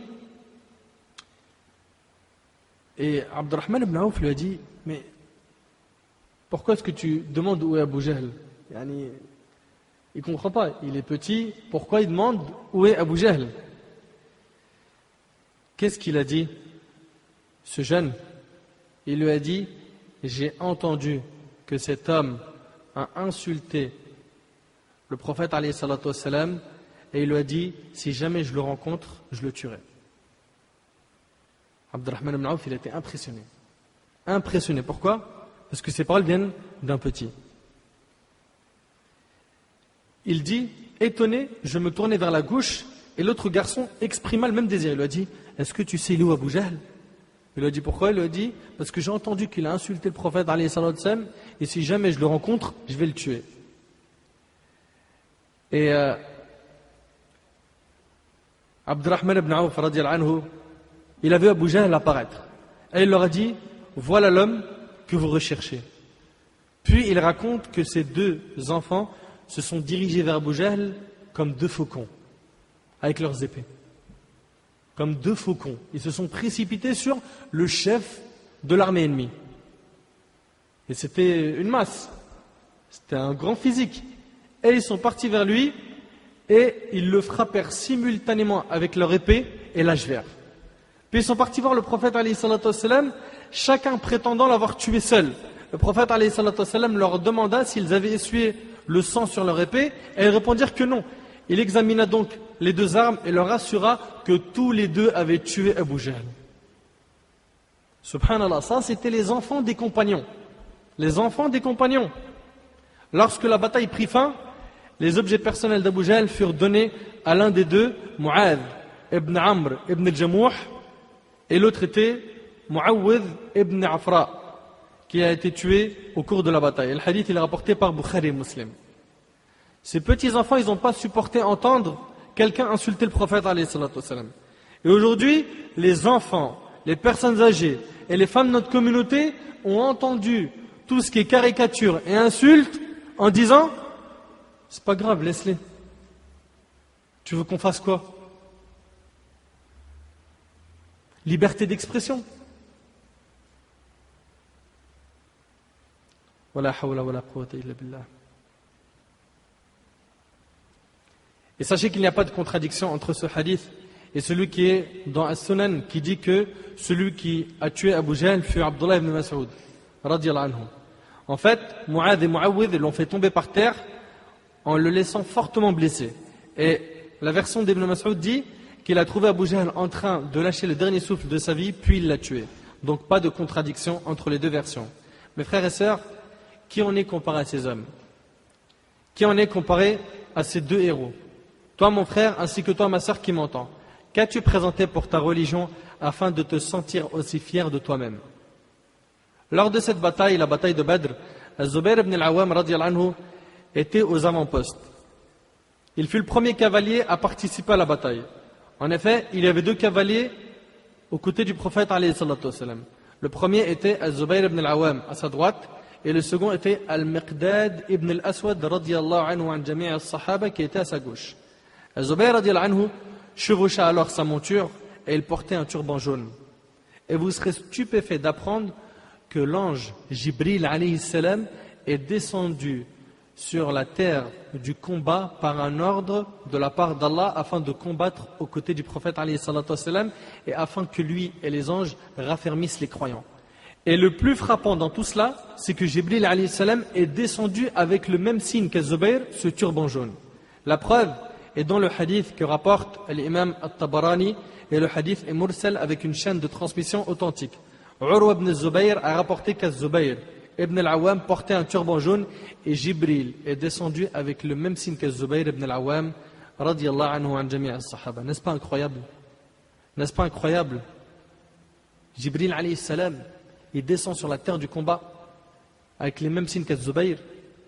A: Et Abdurrahman ibn Aouf lui a dit: mais pourquoi est-ce que tu demandes où est Abu Jahl? Il ne comprend pas, il est petit, pourquoi il demande où est Abu Jahl? Qu'est-ce qu'il a dit, ce jeune? Il lui a dit: j'ai entendu que cet homme a insulté le prophète alayhi salatu wassalam, et il lui a dit: si jamais je le rencontre, je le tuerai. Abdurrahman ibn Aouf, il a été impressionné. Impressionné, pourquoi? Parce que ces paroles viennent d'un petit. Il dit: étonné, je me tournai vers la gauche, et l'autre garçon exprima le même désir. Il lui a dit: est-ce que tu sais il est où Abu Jahl? Il lui a dit: pourquoi? Il lui a dit: parce que j'ai entendu qu'il a insulté le prophète alayhi salatu wassalam, et si jamais je le rencontre, je vais le tuer. Et Abdurrahman ibn Aouf radiyallahu anhu, il a vu Abu Jahl apparaître. Et il leur a dit: voilà l'homme que vous recherchez. Puis il raconte que ces deux enfants se sont dirigés vers Abu Jahl comme deux faucons, avec leurs épées. Comme deux faucons. Ils se sont précipités sur le chef de l'armée ennemie. Et c'était une masse. C'était un grand physique. Et ils sont partis vers lui et ils le frappèrent simultanément avec leur épée et l'âge-vert. Puis ils sont partis voir le prophète alayhi salatu wassalam, chacun prétendant l'avoir tué seul. Le prophète alayhi salatu wassalam leur demanda s'ils avaient essuyé le sang sur leur épée, et ils répondirent que non. Il examina donc les deux armes et leur assura que tous les deux avaient tué Abu Jahl. Subhanallah, ça c'était les enfants des compagnons. Les enfants des compagnons. Lorsque la bataille prit fin, les objets personnels d'Abu Jahl furent donnés à l'un des deux, Mu'adh ibn Amr ibn al-Jamouh, et l'autre était Mu'awwidh ibn Afra, qui a été tué au cours de la bataille. Le hadith il est rapporté par Bukhari et Muslim. Ces petits-enfants, ils n'ont pas supporté entendre quelqu'un insulter le prophète alayhi salatu wassalam. Et aujourd'hui, les enfants, les personnes âgées et les femmes de notre communauté ont entendu tout ce qui est caricature et insulte en disant: c'est pas grave, laisse-les. Tu veux qu'on fasse quoi? Liberté d'expression. Wala hawla wala quwwata illa billah. Et sachez qu'il n'y a pas de contradiction entre ce hadith et celui qui est dans As-Sunan, qui dit que celui qui a tué Abu Jahl fut Abdullah ibn Mas'ud radiyallahu anhu. En fait, Mu'adh et Mu'awwidh l'ont fait tomber par terre en le laissant fortement blessé. Et la version d'Ibn Mas'ud dit qu'il a trouvé Abu Jahl en train de lâcher le dernier souffle de sa vie, puis il l'a tué. Donc pas de contradiction entre les deux versions. Mes frères et sœurs, qui en est comparé à ces hommes? Qui en est comparé à ces deux héros? Toi mon frère, ainsi que toi ma sœur qui m'entends, qu'as-tu présenté pour ta religion afin de te sentir aussi fier de toi-même? Lors de cette bataille, la bataille de Badr, Az-Zubayr ibn al-Awwam radiyallahu anhu était aux avant-postes. Il fut le premier cavalier à participer à la bataille. En effet, il y avait deux cavaliers aux côtés du prophète alayhi salatu wassalam. Le premier était Az-Zubayr ibn al-Awwam à sa droite, et le second était Al-Miqdad ibn al-Aswad radiyallahu anhu an jami' al-Sahaba qui était à sa gauche. Az-Zubayr radiyallahu anhu chevaucha alors sa monture et il portait un turban jaune. Et vous serez stupéfait d'apprendre que l'ange Jibril alayhi salam est descendu sur la terre du combat par un ordre de la part d'Allah afin de combattre aux côtés du prophète alayhi salatu wassalam et afin que lui et les anges raffermissent les croyants. Et le plus frappant dans tout cela, c'est que Jibril alayhi salam est descendu avec le même signe qu'Az-Zubayr, ce turban jaune. La preuve est dans le hadith que rapporte l'imam At-Tabarani, et le hadith est mursal avec une chaîne de transmission authentique. Urwa ibn Zubayr a rapporté qu'Az-Zubayr ibn al-Awwam portait un turban jaune et Jibril est descendu avec le même signe que Zubayr ibn al-Awwam radiyallahu anhu an jami' as-sahaba. N'est-ce pas incroyable? N'est-ce pas incroyable? Jibril alayhi salam, il descend sur la terre du combat avec les mêmes signes que Zubayr.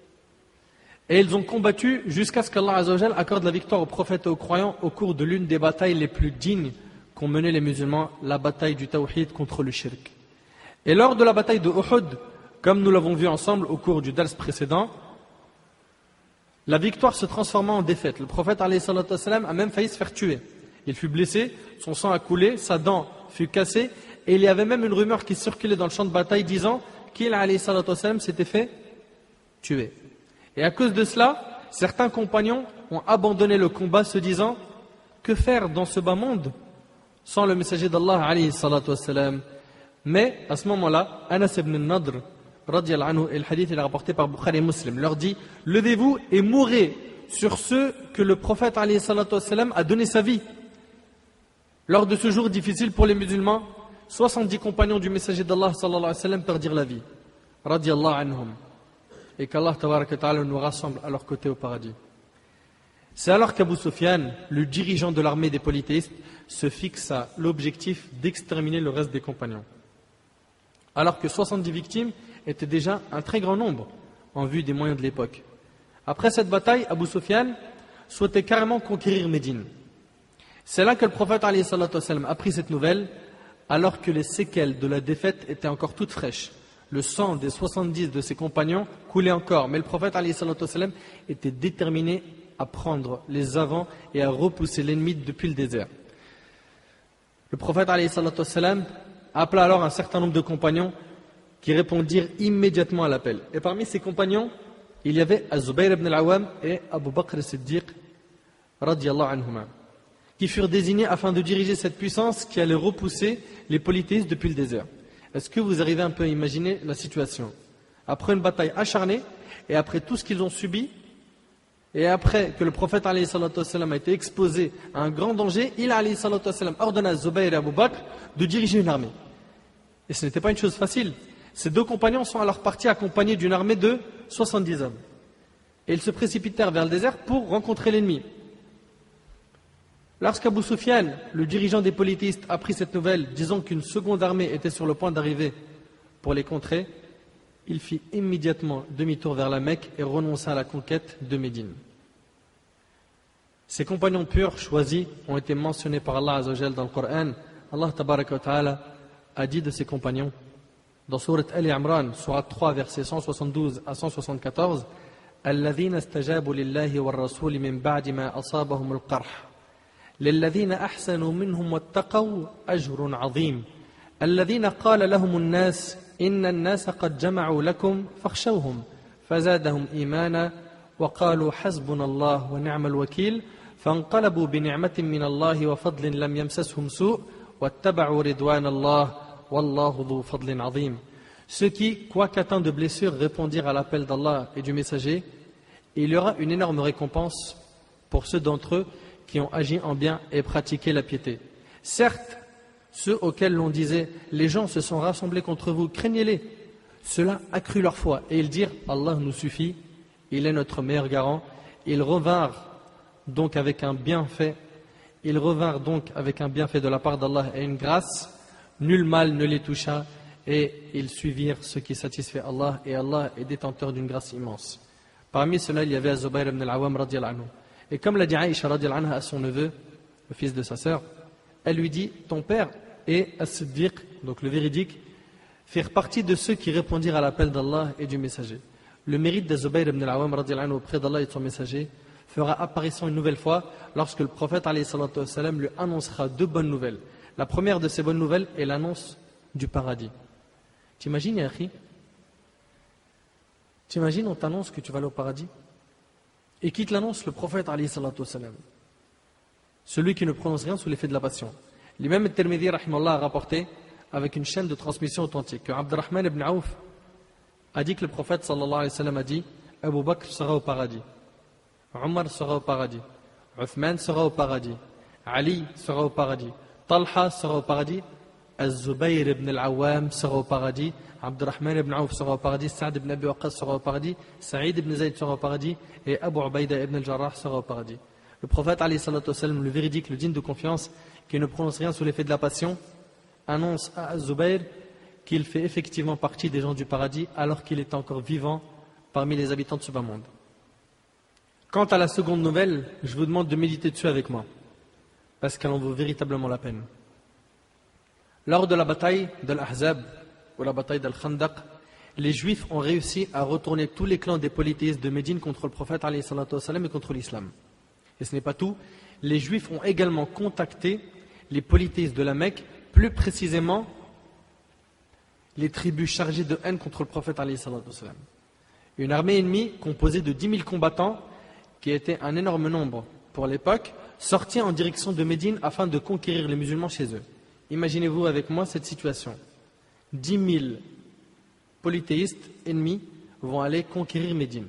A: Et ils ont combattu jusqu'à ce qu'Allah Azza wa Jal accorde la victoire aux prophètes et aux croyants au cours de l'une des batailles les plus dignes qu'ont mené les musulmans, la bataille du Tawhid contre le Shirk. Et lors de la bataille de Uhud, comme nous l'avons vu ensemble au cours du dars précédent, la victoire se transforma en défaite. Le prophète alayhi salatu wassalam a même failli se faire tuer. Il fut blessé, son sang a coulé, sa dent fut cassée, et il y avait même une rumeur qui circulait dans le champ de bataille disant qu'il alayhi salatu wassalam s'était fait tuer. Et à cause de cela, certains compagnons ont abandonné le combat se disant que faire dans ce bas monde sans le messager d'Allah alayhi salatu wassalam. Mais à ce moment-là, Anas ibn Nadr radiyallahu anhu, et le hadith est rapporté par Bukhari et Muslim, leur dit: levez-vous et mourrez sur ceux que le prophète alayhi salatu wassalam a donné sa vie. Lors de ce jour difficile pour les musulmans, 70 compagnons du messager d'Allah sallallahu alayhi wa sallam perdirent la vie. Radiyallahu anhum. Et qu'Allah tabaraka ta'ala nous rassemble à leur côté au paradis. C'est alors qu'Abu Sufyan, le dirigeant de l'armée des polythéistes, se fixa l'objectif d'exterminer le reste des compagnons. Alors que 70 victimes étaient déjà un très grand nombre en vue des moyens de l'époque. Après cette bataille, Abu Sufyan souhaitait carrément conquérir Médine. C'est là que le prophète alayhi salatu wassalam a pris cette nouvelle, alors que les séquelles de la défaite étaient encore toutes fraîches. Le sang des 70 de ses compagnons coulait encore, mais le prophète alayhi salatu wassalam était déterminé à prendre les avants et à repousser l'ennemi depuis le désert. Le prophète alayhi salatu wassalam appela alors un certain nombre de compagnons qui répondirent immédiatement à l'appel. Et parmi ces compagnons, il y avait Az-Zubayr ibn al-Awwam et Abu Bakr as-Siddiq radiyallahu anhuma, qui furent désignés afin de diriger cette puissance qui allait repousser les polythéistes depuis le désert. Est-ce que vous arrivez un peu à imaginer la situation? Après une bataille acharnée, et après tout ce qu'ils ont subi, et après que le prophète alayhi salatu wassalam a été exposé à un grand danger, il alayhi salatu wassalam ordonna à Zubayr et Abu Bakr de diriger une armée. Et ce n'était pas une chose facile. Ces deux compagnons sont alors partis accompagnés d'une armée de 70 hommes. Et ils se précipitèrent vers le désert pour rencontrer l'ennemi. Lorsqu'Abu Sufyan, le dirigeant des polythéistes, apprit cette nouvelle, disant qu'une seconde armée était sur le point d'arriver pour les contrer, il fit immédiatement demi-tour vers la Mecque et renonça à la conquête de Médine. Ces compagnons purs choisis ont été mentionnés par Allah Azza wa Jal dans le Coran. Allah Tabaraka wa Ta'ala a dit de ses compagnons dans Sourate Ali Imran, Sourate 3, versets 172 à 174, الذين استجابوا لله والرسول من بعد ما أصابهم القرح للذين أحسنوا منهم واتقوا أجر عظيم الذين قال لهم الناس إن الناس قد جمعوا لكم فاخشوهم فزادهم إيمانا وقالوا حسبنا الله ونعم الوكيل فانقلبوا بنعمة من الله وفضل لم يمسسهم سوء واتبعوا رضوان الله والله ذو فضل عظيم. Ceux qui, quoique atteints de blessures, répondirent à l'appel d'Allah et du messager, et il y aura une énorme récompense pour ceux d'entre eux qui ont agi en bien et pratiqué la piété. Certes, ceux auxquels l'on disait « Les gens se sont rassemblés contre vous, craignez-les » cela accrut leur foi, et ils dirent « Allah nous suffit, il est notre meilleur garant ». Ils revinrent donc avec un bienfait de la part d'Allah et une grâce, nul mal ne les toucha, et ils suivirent ce qui satisfait Allah, et Allah est détenteur d'une grâce immense. Parmi ceux-là, il y avait Az-Zubayr ibn al-Awwam radiyallahu anhu. Et comme l'a dit Aïcha radiyallahu anha à son neveu, le fils de sa sœur, elle lui dit « Ton père et As-Siddiq, donc le véridique, firent partie de ceux qui répondirent à l'appel d'Allah et du messager. » Le mérite d'Az-Zubayr ibn al-Awwam radiyallahu anhu auprès d'Allah et de son messager fera apparition une nouvelle fois lorsque le prophète alayhi salatu wassalam lui annoncera deux bonnes nouvelles. La première de ces bonnes nouvelles est l'annonce du paradis. T'imagines, Yahri? T'imagines, on t'annonce que tu vas aller au paradis? Et qui te l'annonce? Le prophète alayhi salatu wassalam. Celui qui ne prononce rien sous l'effet de la passion. L'imam al-Tirmidhi rahimallah a rapporté avec une chaîne de transmission authentique que Abdurrahman ibn Auf a dit que le prophète sallallahu alayhi wa sallam a dit Abu Bakr sera au paradis, Omar sera au paradis, Uthman sera au paradis, Ali sera au paradis, Talha sera au paradis, Az-Zubayr ibn al-Awwam sera au paradis, Abdurrahman ibn Auf sera au paradis, Sa'd ibn Abi Waqqas sera au paradis, Sa'id ibn Zayd sera au paradis et Abu Ubaida ibn al-Jarrah sera au paradis. Le prophète, alayhi salatu wasalam, le véridique, le digne de confiance, qui ne prononce rien sous l'effet de la passion, annonce à Az-Zubayr qu'il fait effectivement partie des gens du paradis alors qu'il est encore vivant parmi les habitants de ce bas monde. Quant à la seconde nouvelle, je vous demande de méditer dessus avec moi, parce qu'elle en vaut véritablement la peine. Lors de la bataille de l'Ahzab, ou la bataille d'Al-Khandaq, les Juifs ont réussi à retourner tous les clans des polythéistes de Médine contre le prophète alayhi salatu wassalam, et contre l'islam. Et ce n'est pas tout, les Juifs ont également contacté les polythéistes de la Mecque, plus précisément les tribus chargées de haine contre le prophète alayhi salatu wassalam. Une armée ennemie composée de 10 000 combattants, qui était un énorme nombre pour l'époque, sortit en direction de Médine afin de conquérir les musulmans chez eux. Imaginez-vous avec moi cette situation. 10 000 polythéistes ennemis vont aller conquérir Médine.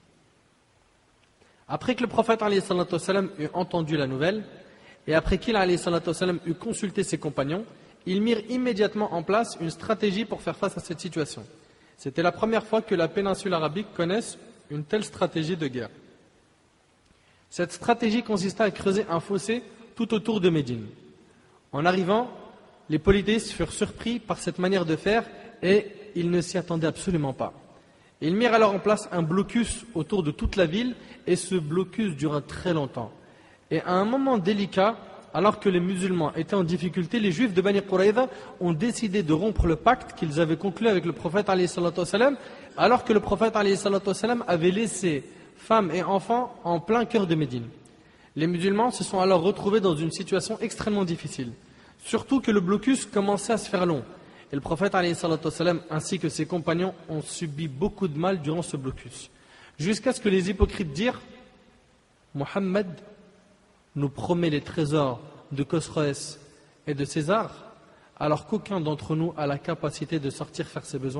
A: Après que le prophète alayhi salatu wassalam eut entendu la nouvelle, et après qu'il alayhi salatu wassalam eut consulté ses compagnons, ils mirent immédiatement en place une stratégie pour faire face à cette situation. C'était la première fois que la péninsule arabique connaisse une telle stratégie de guerre. Cette stratégie consista à creuser un fossé tout autour de Médine. En arrivant, les polythéistes furent surpris par cette manière de faire et ils ne s'y attendaient absolument pas. Ils mirent alors en place un blocus autour de toute la ville et ce blocus dura très longtemps. Et à un moment délicat, alors que les musulmans étaient en difficulté, les juifs de Bani Quraïda ont décidé de rompre le pacte qu'ils avaient conclu avec le prophète alayhi salatu wassalam, alors que le prophète alayhi salatu wassalam avait laissé femmes et enfants en plein cœur de Médine. Les musulmans se sont alors retrouvés dans une situation extrêmement difficile, surtout que le blocus commençait à se faire long. Et le prophète alayhi salatu wassalam, ainsi que ses compagnons ont subi beaucoup de mal durant ce blocus, jusqu'à ce que les hypocrites dirent « Mohammed nous promet les trésors de Khosroès et de César, alors qu'aucun d'entre nous a la capacité de sortir faire ses besoins. »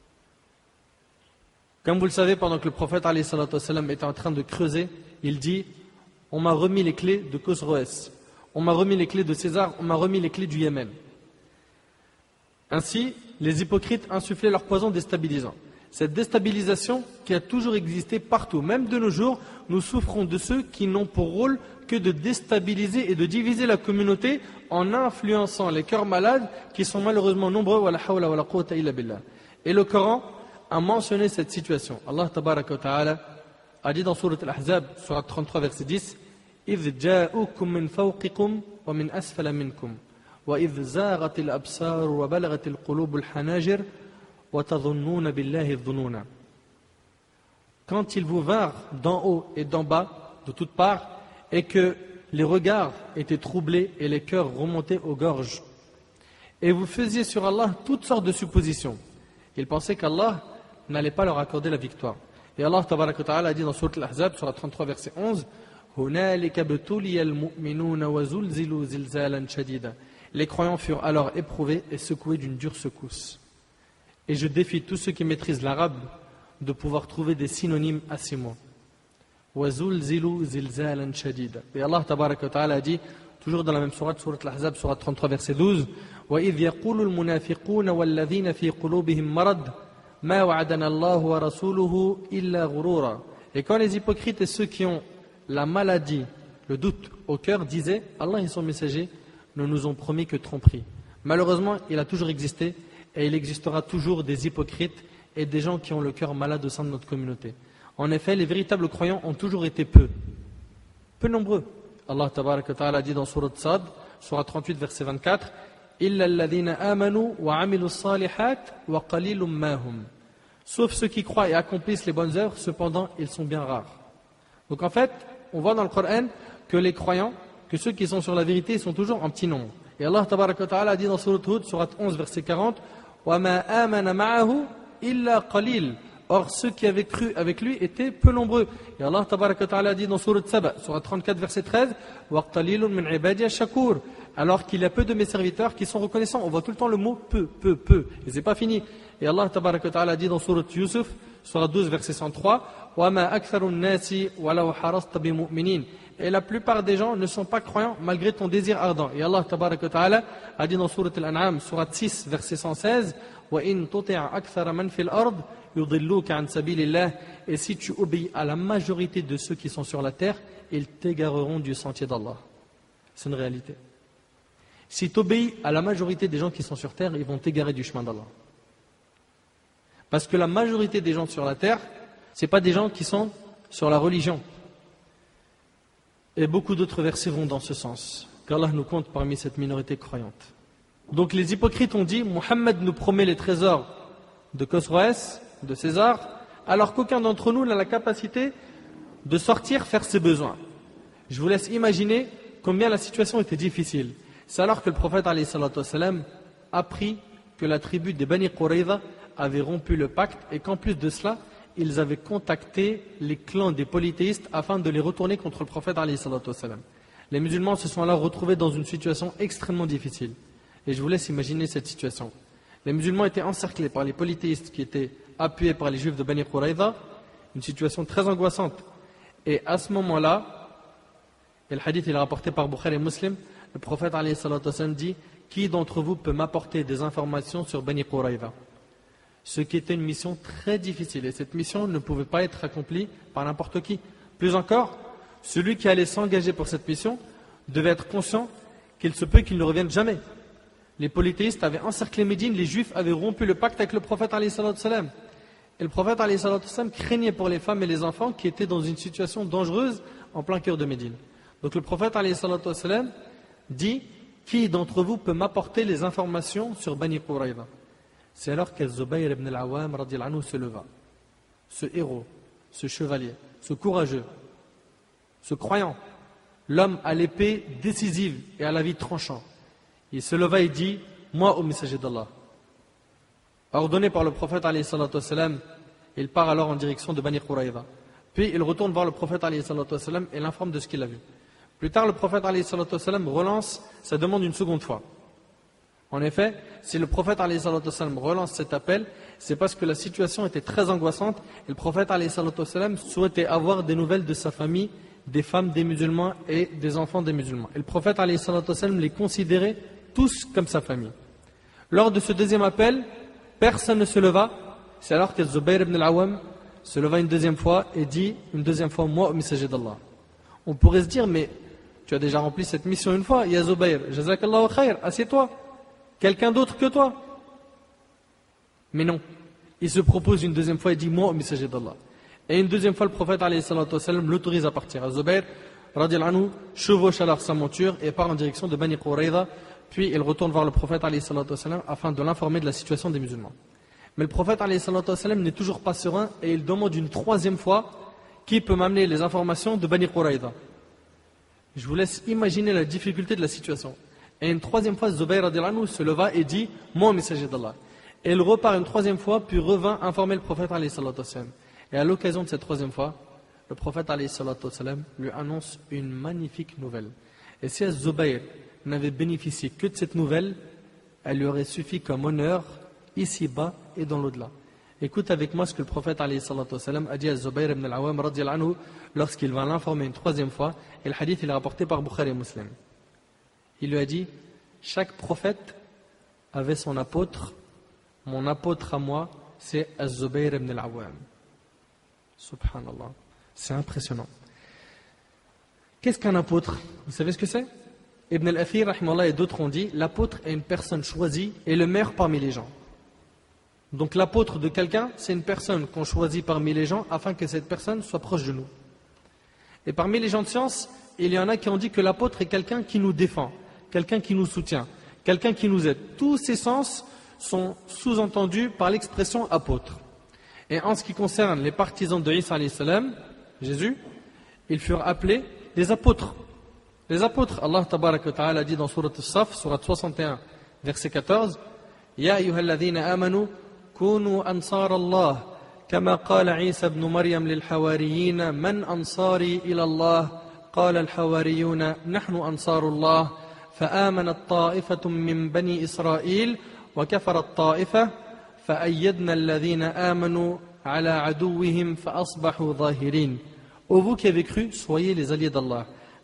A: Comme vous le savez, pendant que le prophète alayhi salatu wassalam était en train de creuser, il dit « On m'a remis les clés de Khosroès, on m'a remis les clés de César, on m'a remis les clés du Yémen. » Ainsi, les hypocrites insufflaient leur poison déstabilisant. Cette déstabilisation qui a toujours existé partout, même de nos jours, nous souffrons de ceux qui n'ont pour rôle que de déstabiliser et de diviser la communauté en influençant les cœurs malades qui sont malheureusement nombreux. Et le Coran a mentionné cette situation. Allah tabaraka wa ta'ala a dit dans Surat Al-Ahzab, Surat 33, verset 10, إِذْ جَاءُكُمْ مِنْ فَوْقِكُمْ وَمِنْ أَسْفَلَ مِنْكُمْ وَإِذْ زَاغَتِ الْأَبْصَارُ وَبَلَغَتِ الْقُلُوبُ الْحَنَاجِرَ وَتَظُنُّونَ بِاللَّهِ الظُّنُونَ. Quand ils vous vinrent d'en haut et d'en bas, de toutes parts, et que les regards étaient troublés et les cœurs remontaient aux gorges, et vous faisiez sur Allah toutes sortes de suppositions, ils pensaient qu'Allah n'allait pas leur accorder la victoire. Et Allah tabaraka wa ta'ala a dit dans Surat Al-Ahzab, Surat 33, verset 11, هُنَالِكَ ابْتُلِيَ الْمُؤْمِنُونَ وَزُلْزِلُوا زِلْزَالًا شَدِيدًا. Les croyants furent alors éprouvés et secoués d'une dure secousse. Et je défie tous ceux qui maîtrisent l'arabe de pouvoir trouver des synonymes à ces mots. وَزُلْزِلُوا زِلْزَالًا شَدِيدًا. Et Allah tabaraka wa ta'ala a dit, toujours dans la même sourate, Surat Al-Ahzab, Surat 33, verset 12, وَإِذْ يَقُولُ الْمُنَافِقُونَ وَالَّذِينَ فِي قُلُوبِهِمْ مَرَضٌ مَا وَعَدَنَا اللَّهُ وَرَسُولُهُ إِلَّا غُرُورًا. Et quand les hypocrites et ceux qui ont la maladie, le doute au cœur disaient, Allah et son messager ne nous ont promis que tromperie. Malheureusement, il a toujours existé et il existera toujours des hypocrites et des gens qui ont le cœur malade au sein de notre communauté. En effet, les véritables croyants ont toujours été peu nombreux. Allah tabaraka wa ta'ala a dit dans Surat Sad, Surat 38, verset 24, إِلَّا الَّذِينَ آمَنُوا وَعَمِلُوا الصَّالِحَاتِ وَقَلِيلٌ مَا هُمْ. Sauf ceux qui croient et accomplissent les bonnes œuvres, cependant ils sont bien rares. Donc en fait, on voit dans le Coran que les croyants, que ceux qui sont sur la vérité, sont toujours en petit nombre. Et Allah tabaraka wa ta'ala a dit dans Surat Hud, Surat 11, verset 40, وَمَا آمَنَ مَعَهُ إِلَّا قَلِيلٌ. Or, ceux qui avaient cru avec lui étaient peu nombreux. Et Allah tabaraka wa ta'ala a dit dans Surat Saba, Surat 34, verset 13, وَقْتَلِيلٌ مِنْ عِبَادِيَ الشَّكُورِ. Alors qu'il y a peu de mes serviteurs qui sont reconnaissants. On voit tout le temps le mot peu. Et c'est pas fini. Et Allah tabaraka wa ta'ala a dit dans Surat Yusuf, Surat 12, verset 103, وَمَا أَكْثَرُ النَّاسِ وَلَوْ حَرَصْتَ بِمُؤْمِنِينَ. Et la plupart des gens ne sont pas croyants malgré ton désir ardent. Et Allah tabaraka wa ta'ala a dit dans Sourate Al-An'am, Sourate 6, verset 116, وَإِن تُطِعْ أَكْثَرَ مَنْ فِي الْأَرْضِ يُضِلُّوكَ عَنْ سَبِيلِ اللَّهِ. Et si tu obéis à la majorité de ceux qui sont sur la terre, ils t'égareront du sentier d'Allah. C'est une réalité. Si tu obéis à la majorité des gens qui sont sur terre, ils vont t'égarer du chemin d'Allah. Parce que la majorité des gens sur la terre, ce n'est pas des gens qui sont sur la religion. Et beaucoup d'autres versets vont dans ce sens. Qu'Allah nous compte parmi cette minorité croyante. Donc les hypocrites ont dit, Mohammed nous promet les trésors de Khosroès, de César, alors qu'aucun d'entre nous n'a la capacité de sortir faire ses besoins. Je vous laisse imaginer combien la situation était difficile. C'est alors que le prophète alayhi salatu wassalam a appris que la tribu des Bani Qurayza avait rompu le pacte et qu'en plus de cela, ils avaient contacté les clans des polythéistes afin de les retourner contre le prophète alayhi salatu wassalam. Les musulmans se sont alors retrouvés dans une situation extrêmement difficile. Et je vous laisse imaginer cette situation. Les musulmans étaient encerclés par les polythéistes qui étaient appuyés par les juifs de Bani Qurayza, une situation très angoissante. Et à ce moment-là, et le hadith il est rapporté par Bukhari et Muslim, le prophète alayhi salatu wassalam dit, qui d'entre vous peut m'apporter des informations sur Bani Qurayza? Ce qui était une mission très difficile, et cette mission ne pouvait pas être accomplie par n'importe qui. Plus encore, celui qui allait s'engager pour cette mission devait être conscient qu'il se peut qu'il ne revienne jamais. Les polythéistes avaient encerclé Médine, les juifs avaient rompu le pacte avec le prophète alayhi salatu wassalam. Et le prophète alayhi salatu wassalam craignait pour les femmes et les enfants qui étaient dans une situation dangereuse en plein cœur de Médine. Donc le prophète alayhi salatu wassalam dit, qui d'entre vous peut m'apporter les informations sur Bani Qurayza? C'est alors qu'Az-Zubayr ibn al-Awwam radiyallahu anhu se leva. Ce héros, ce chevalier, ce courageux, ce croyant, l'homme à l'épée décisive et à la vie tranchant. Il se leva et dit, moi au messager d'Allah. Ordonné par le prophète alayhi salatu wassalam, il part alors en direction de Bani Qurayza. Puis il retourne voir le prophète alayhi salatu wassalam et l'informe de ce qu'il a vu. Plus tard, le prophète alayhi salatu wassalam relance sa demande une seconde fois. En effet, si le prophète alayhi salatu wassalam relance cet appel, c'est parce que la situation était très angoissante et le prophète alayhi salatu wassalam souhaitait avoir des nouvelles de sa famille, des femmes des musulmans et des enfants des musulmans. Et le prophète alayhi salatu wassalam les considérait tous comme sa famille. Lors de ce deuxième appel, personne ne se leva. C'est alors que Zubayr ibn al-Awwam se leva une deuxième fois et dit une deuxième fois, moi au messager d'Allah. On pourrait se dire, mais tu as déjà rempli cette mission une fois, ya Zubayr, jazakallahu khair, assieds-toi. Quelqu'un d'autre que toi. Mais non. Il se propose une deuxième fois et dit, moi au messager d'Allah. Et une deuxième fois, le prophète alayhi salatu wassalam l'autorise à partir. Zubayr, radiyallahu anhu, chevauche alors sa monture et part en direction de Bani Qurayza. Puis il retourne voir le prophète alayhi salatu wassalam afin de l'informer de la situation des musulmans. Mais le prophète alayhi salatu wassalam n'est toujours pas serein et il demande une troisième fois qui peut m'amener les informations de Bani Qurayza. Je vous laisse imaginer la difficulté de la situation. Et une troisième fois, Zubayr radiyallahu anhu se leva et dit, moi au messager d'Allah. Et il repart une troisième fois, puis revint informer le prophète alayhi salatu wassalam. Et à l'occasion de cette troisième fois, le prophète alayhi salatu wassalam lui annonce une magnifique nouvelle. Et si Zubayr n'avait bénéficié que de cette nouvelle, elle lui aurait suffi comme honneur ici-bas et dans l'au-delà. Écoute avec moi ce que le prophète alayhi salatu wassalam a dit à Zubayr ibn al-Awwam radiyallahu anhu lorsqu'il va l'informer une troisième fois. Et le hadith il est rapporté par Bukhari et Muslim. Il lui a dit, chaque prophète avait son apôtre, mon apôtre à moi, c'est Az-Zubayr ibn al-Awwam. Subhanallah, c'est impressionnant. Qu'est-ce qu'un apôtre? Vous savez ce que c'est? Ibn al-Athir, rahimahullah, et d'autres ont dit, l'apôtre est une personne choisie et le meilleur parmi les gens. Donc l'apôtre de quelqu'un, c'est une personne qu'on choisit parmi les gens afin que cette personne soit proche de nous. Et parmi les gens de science, il y en a qui ont dit que l'apôtre est quelqu'un qui nous défend, quelqu'un qui nous soutient, quelqu'un qui nous aide. Tous ces sens sont sous-entendus par l'expression apôtre. Et en ce qui concerne les partisans de Isa alayhi salam, Jésus, ils furent appelés des apôtres. Les apôtres, Allah tabaraka wa ta'ala dit dans Surat As-Saf, Surat 61, verset 14, Ya ayyuhalladhina amanu, kunu ansar Allah, kama qala Isa ibn Maryam lil hawariyin, man ansari ila Allah, قال الحواريون نحن أنصار الله فآمنت طائفة من بني إسرائيل وكفرت طائفة فأيدنا الذين آمنوا على عدوهم فأصبحوا ظاهرين. Ô vous qui avez cru, soyez les alliés d'Allah.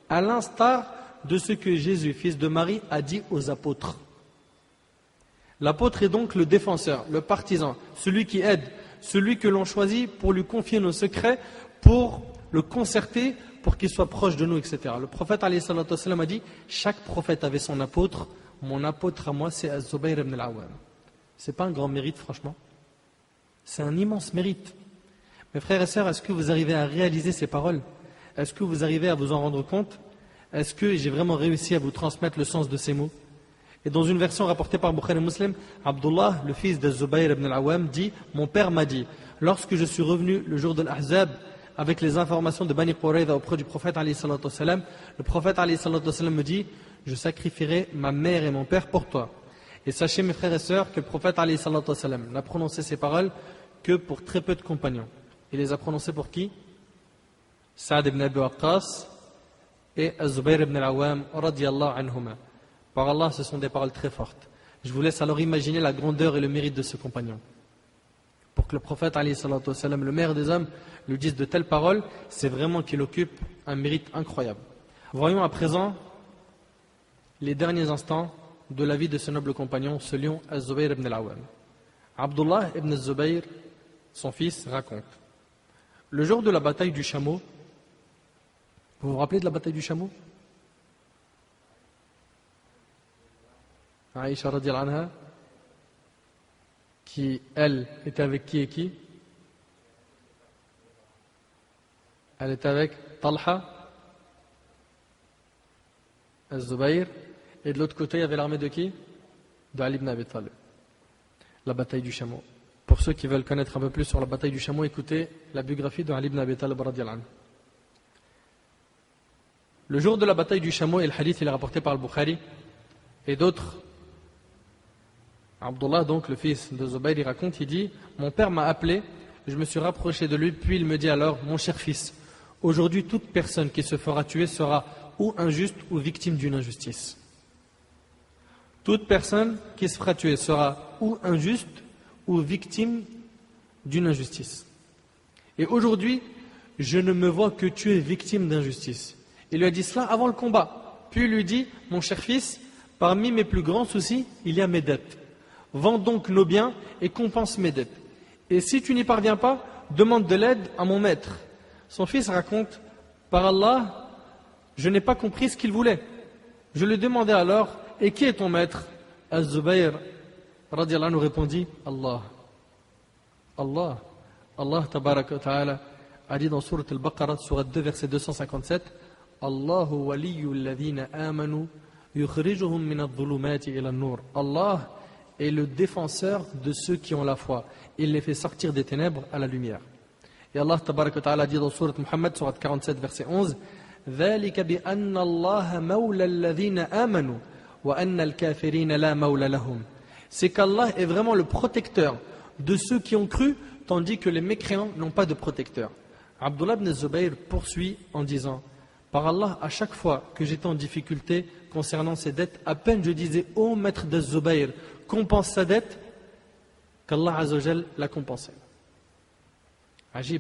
A: à l'instar de ce que Jésus, fils de Marie, a dit aux apôtres. L'apôtre est donc le défenseur, le partisan, celui qui aide, celui que l'on choisit pour lui confier nos secrets, pour le concerter, pour qu'il soit proche de nous, etc. Le prophète alayhi salatu wassalam a dit, chaque prophète avait son apôtre, mon apôtre à moi c'est Az-Zubayr ibn al-Awwam. C'est pas un grand mérite franchement, c'est un immense mérite. Mes frères et sœurs, est-ce que vous arrivez à réaliser ces paroles? Est-ce que vous arrivez à vous en rendre compte? Est-ce que j'ai vraiment réussi à vous transmettre le sens de ces mots? Et dans une version rapportée par Bukhari et Muslim, Abdullah, le fils de Zubayr ibn al-Awwam, dit, mon père m'a dit, lorsque je suis revenu le jour de l'Ahzab avec les informations de Bani Qurayza auprès du prophète alayhi salatu wassalam, le prophète alayhi salatu wassalam me dit, je sacrifierai ma mère et mon père pour toi. Et sachez mes frères et sœurs que le prophète alayhi salatu wassalam n'a prononcé ces paroles que pour très peu de compagnons. Il les a prononcées pour qui? Saad ibn Abi Waqqas et Az-Zubayr ibn al-Awwam radiyallahu anhuma. Par Allah, ce sont des paroles très fortes. Je vous laisse alors imaginer la grandeur et le mérite de ce compagnon. Pour que le prophète, alayhi salatu wassalam, le meilleur des hommes, lui dise de telles paroles, c'est vraiment qu'il occupe un mérite incroyable. Voyons à présent les derniers instants de la vie de ce noble compagnon, ce lion, Az-Zubayr ibn al-Awwam. Abdullah ibn Zubayr, son fils, raconte. Le jour de la bataille du chameau, vous vous rappelez de la bataille du chameau? Aïcha radiyallahu anha, qui, elle, était avec qui et qui? Elle était avec Talha, Az-Zubayr, et de l'autre côté, il y avait l'armée de qui? De Ali ibn Abi Talib. La bataille du chameau. Pour ceux qui veulent connaître un peu plus sur la bataille du chameau, écoutez la biographie de Ali ibn Abi Talib radiyallahu anhu. Le jour de la bataille du chameau, et le hadith il est rapporté par le Bukhari et d'autres, Abdullah, donc le fils de Zubayr, il raconte, il dit, mon père m'a appelé, je me suis rapproché de lui, puis il me dit alors, mon cher fils, aujourd'hui toute personne qui se fera tuer sera ou injuste ou victime d'une injustice. Toute personne qui se fera tuer sera ou injuste ou victime d'une injustice. Et aujourd'hui, je ne me vois que tu es victime d'injustice. Il lui a dit cela avant le combat. Puis il lui dit, mon cher fils, parmi mes plus grands soucis, il y a mes dettes. Vends donc nos biens et compense mes dettes. Et si tu n'y parviens pas, demande de l'aide à mon maître. Son fils raconte, par Allah, je n'ai pas compris ce qu'il voulait. Je lui demandai alors, et qui est ton maître? Az-Zubayr radiyallahu anhu répondit, Allah. Allah. Allah tabaraka wa ta'ala a dit dans Surat Al-Baqarah, Surat 2, verset 257, Allahu waliyyu alladhina amanu yukhrijuhum min adh-dhulumati ila an-nur. Allah est le défenseur de ceux qui ont la foi. Il les fait sortir des ténèbres à la lumière. Et Allah tabaraka wa ta'ala a dit dans Surat Muhammad, Surat 47, verset 11, ذلك بأن الله مولى الذين آمنوا وأن الكافرين لا مولى لهم. C'est qu'Allah est vraiment le protecteur de ceux qui ont cru, tandis que les mécréants n'ont pas de protecteur. Abdullah ibn Zubayr poursuit en disant, par Allah, à chaque fois que j'étais en difficulté concernant ses dettes, à peine je disais, ô maître de Zubayr, compense sa dette, qu'Allah Azzawajal l'a compensé. Ajib.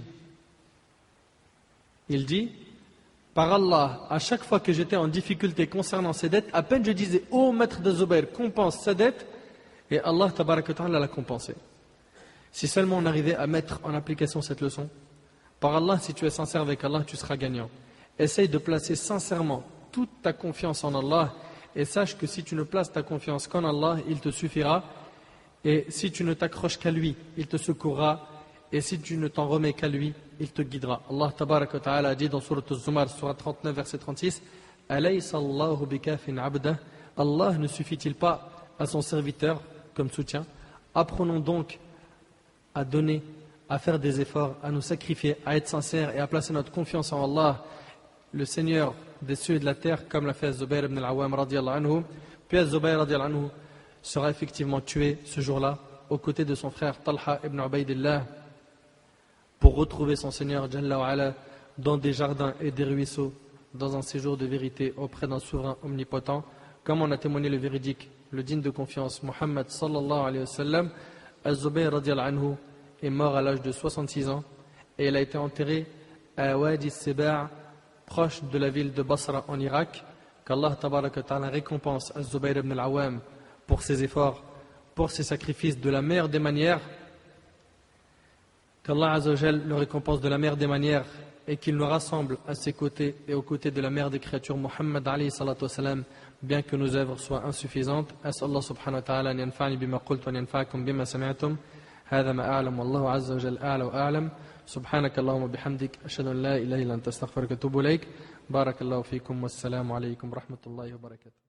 A: Il dit, par Allah, à chaque fois que j'étais en difficulté concernant ses dettes, à peine je disais, ô maître de Zubayr, compense sa dette, et Allah tabaraka wa ta'ala l'a compensé. Si seulement on arrivait à mettre en application cette leçon, par Allah, si tu es sincère avec Allah, tu seras gagnant. Essaye de placer sincèrement toute ta confiance en Allah, et sache que si tu ne places ta confiance qu'en Allah, il te suffira, et si tu ne t'accroches qu'à lui, il te secourra, et si tu ne t'en remets qu'à lui, il te guidera. Allah tabaraka wa ta'ala a dit dans Surat Az-Zumar, Surat 39, verset 36, Alaysa Allahu bikafin abdah. Allah ne suffit-il pas à son serviteur comme soutien? Apprenons donc à donner, à faire des efforts, à nous sacrifier, à être sincères et à placer notre confiance en Allah, le Seigneur des cieux et de la terre, comme l'a fait Az-Zubayr ibn al-Awwam radiyallahu anhu. Puis Az-Zubayr radiyallahu anhu sera effectivement tué ce jour-là, aux côtés de son frère Talha ibn Ubaydillah, pour retrouver son Seigneur Jalla wa Ala dans des jardins et des ruisseaux, dans un séjour de vérité auprès d'un souverain omnipotent, comme en a témoigné le véridique, le digne de confiance, Muhammad sallallahu alayhi wa sallam. Az-Zubayr radiyallahu anhu est mort à l'âge de 66 ans et il a été enterré à Wadi Seba' proche de la ville de Basra en Irak. Qu'Allah tabaraka wa ta'ala récompense Az-Zubayr ibn al-Awwam pour ses efforts, pour ses sacrifices de la meilleure des manières. Qu'Allah Azza wa Jal le récompense de la meilleure des manières et qu'il nous rassemble à ses côtés et aux côtés de la mère des créatures Muhammad alayhi salatu wa salam, bien que nos œuvres soient insuffisantes. As'Allah subhanahu wa ta'ala an yanfa'ani bima qultu wa an yanfa'akum bima sami'tum. هذا ما أعلم والله عز وجل أعلى وأعلم. سبحانك اللهم وبحمدك أشهد أن لا إله إلا أنت أستغفرك وأتوب إليك. بارك الله فيكم والسلام عليكم ورحمة الله وبركاته.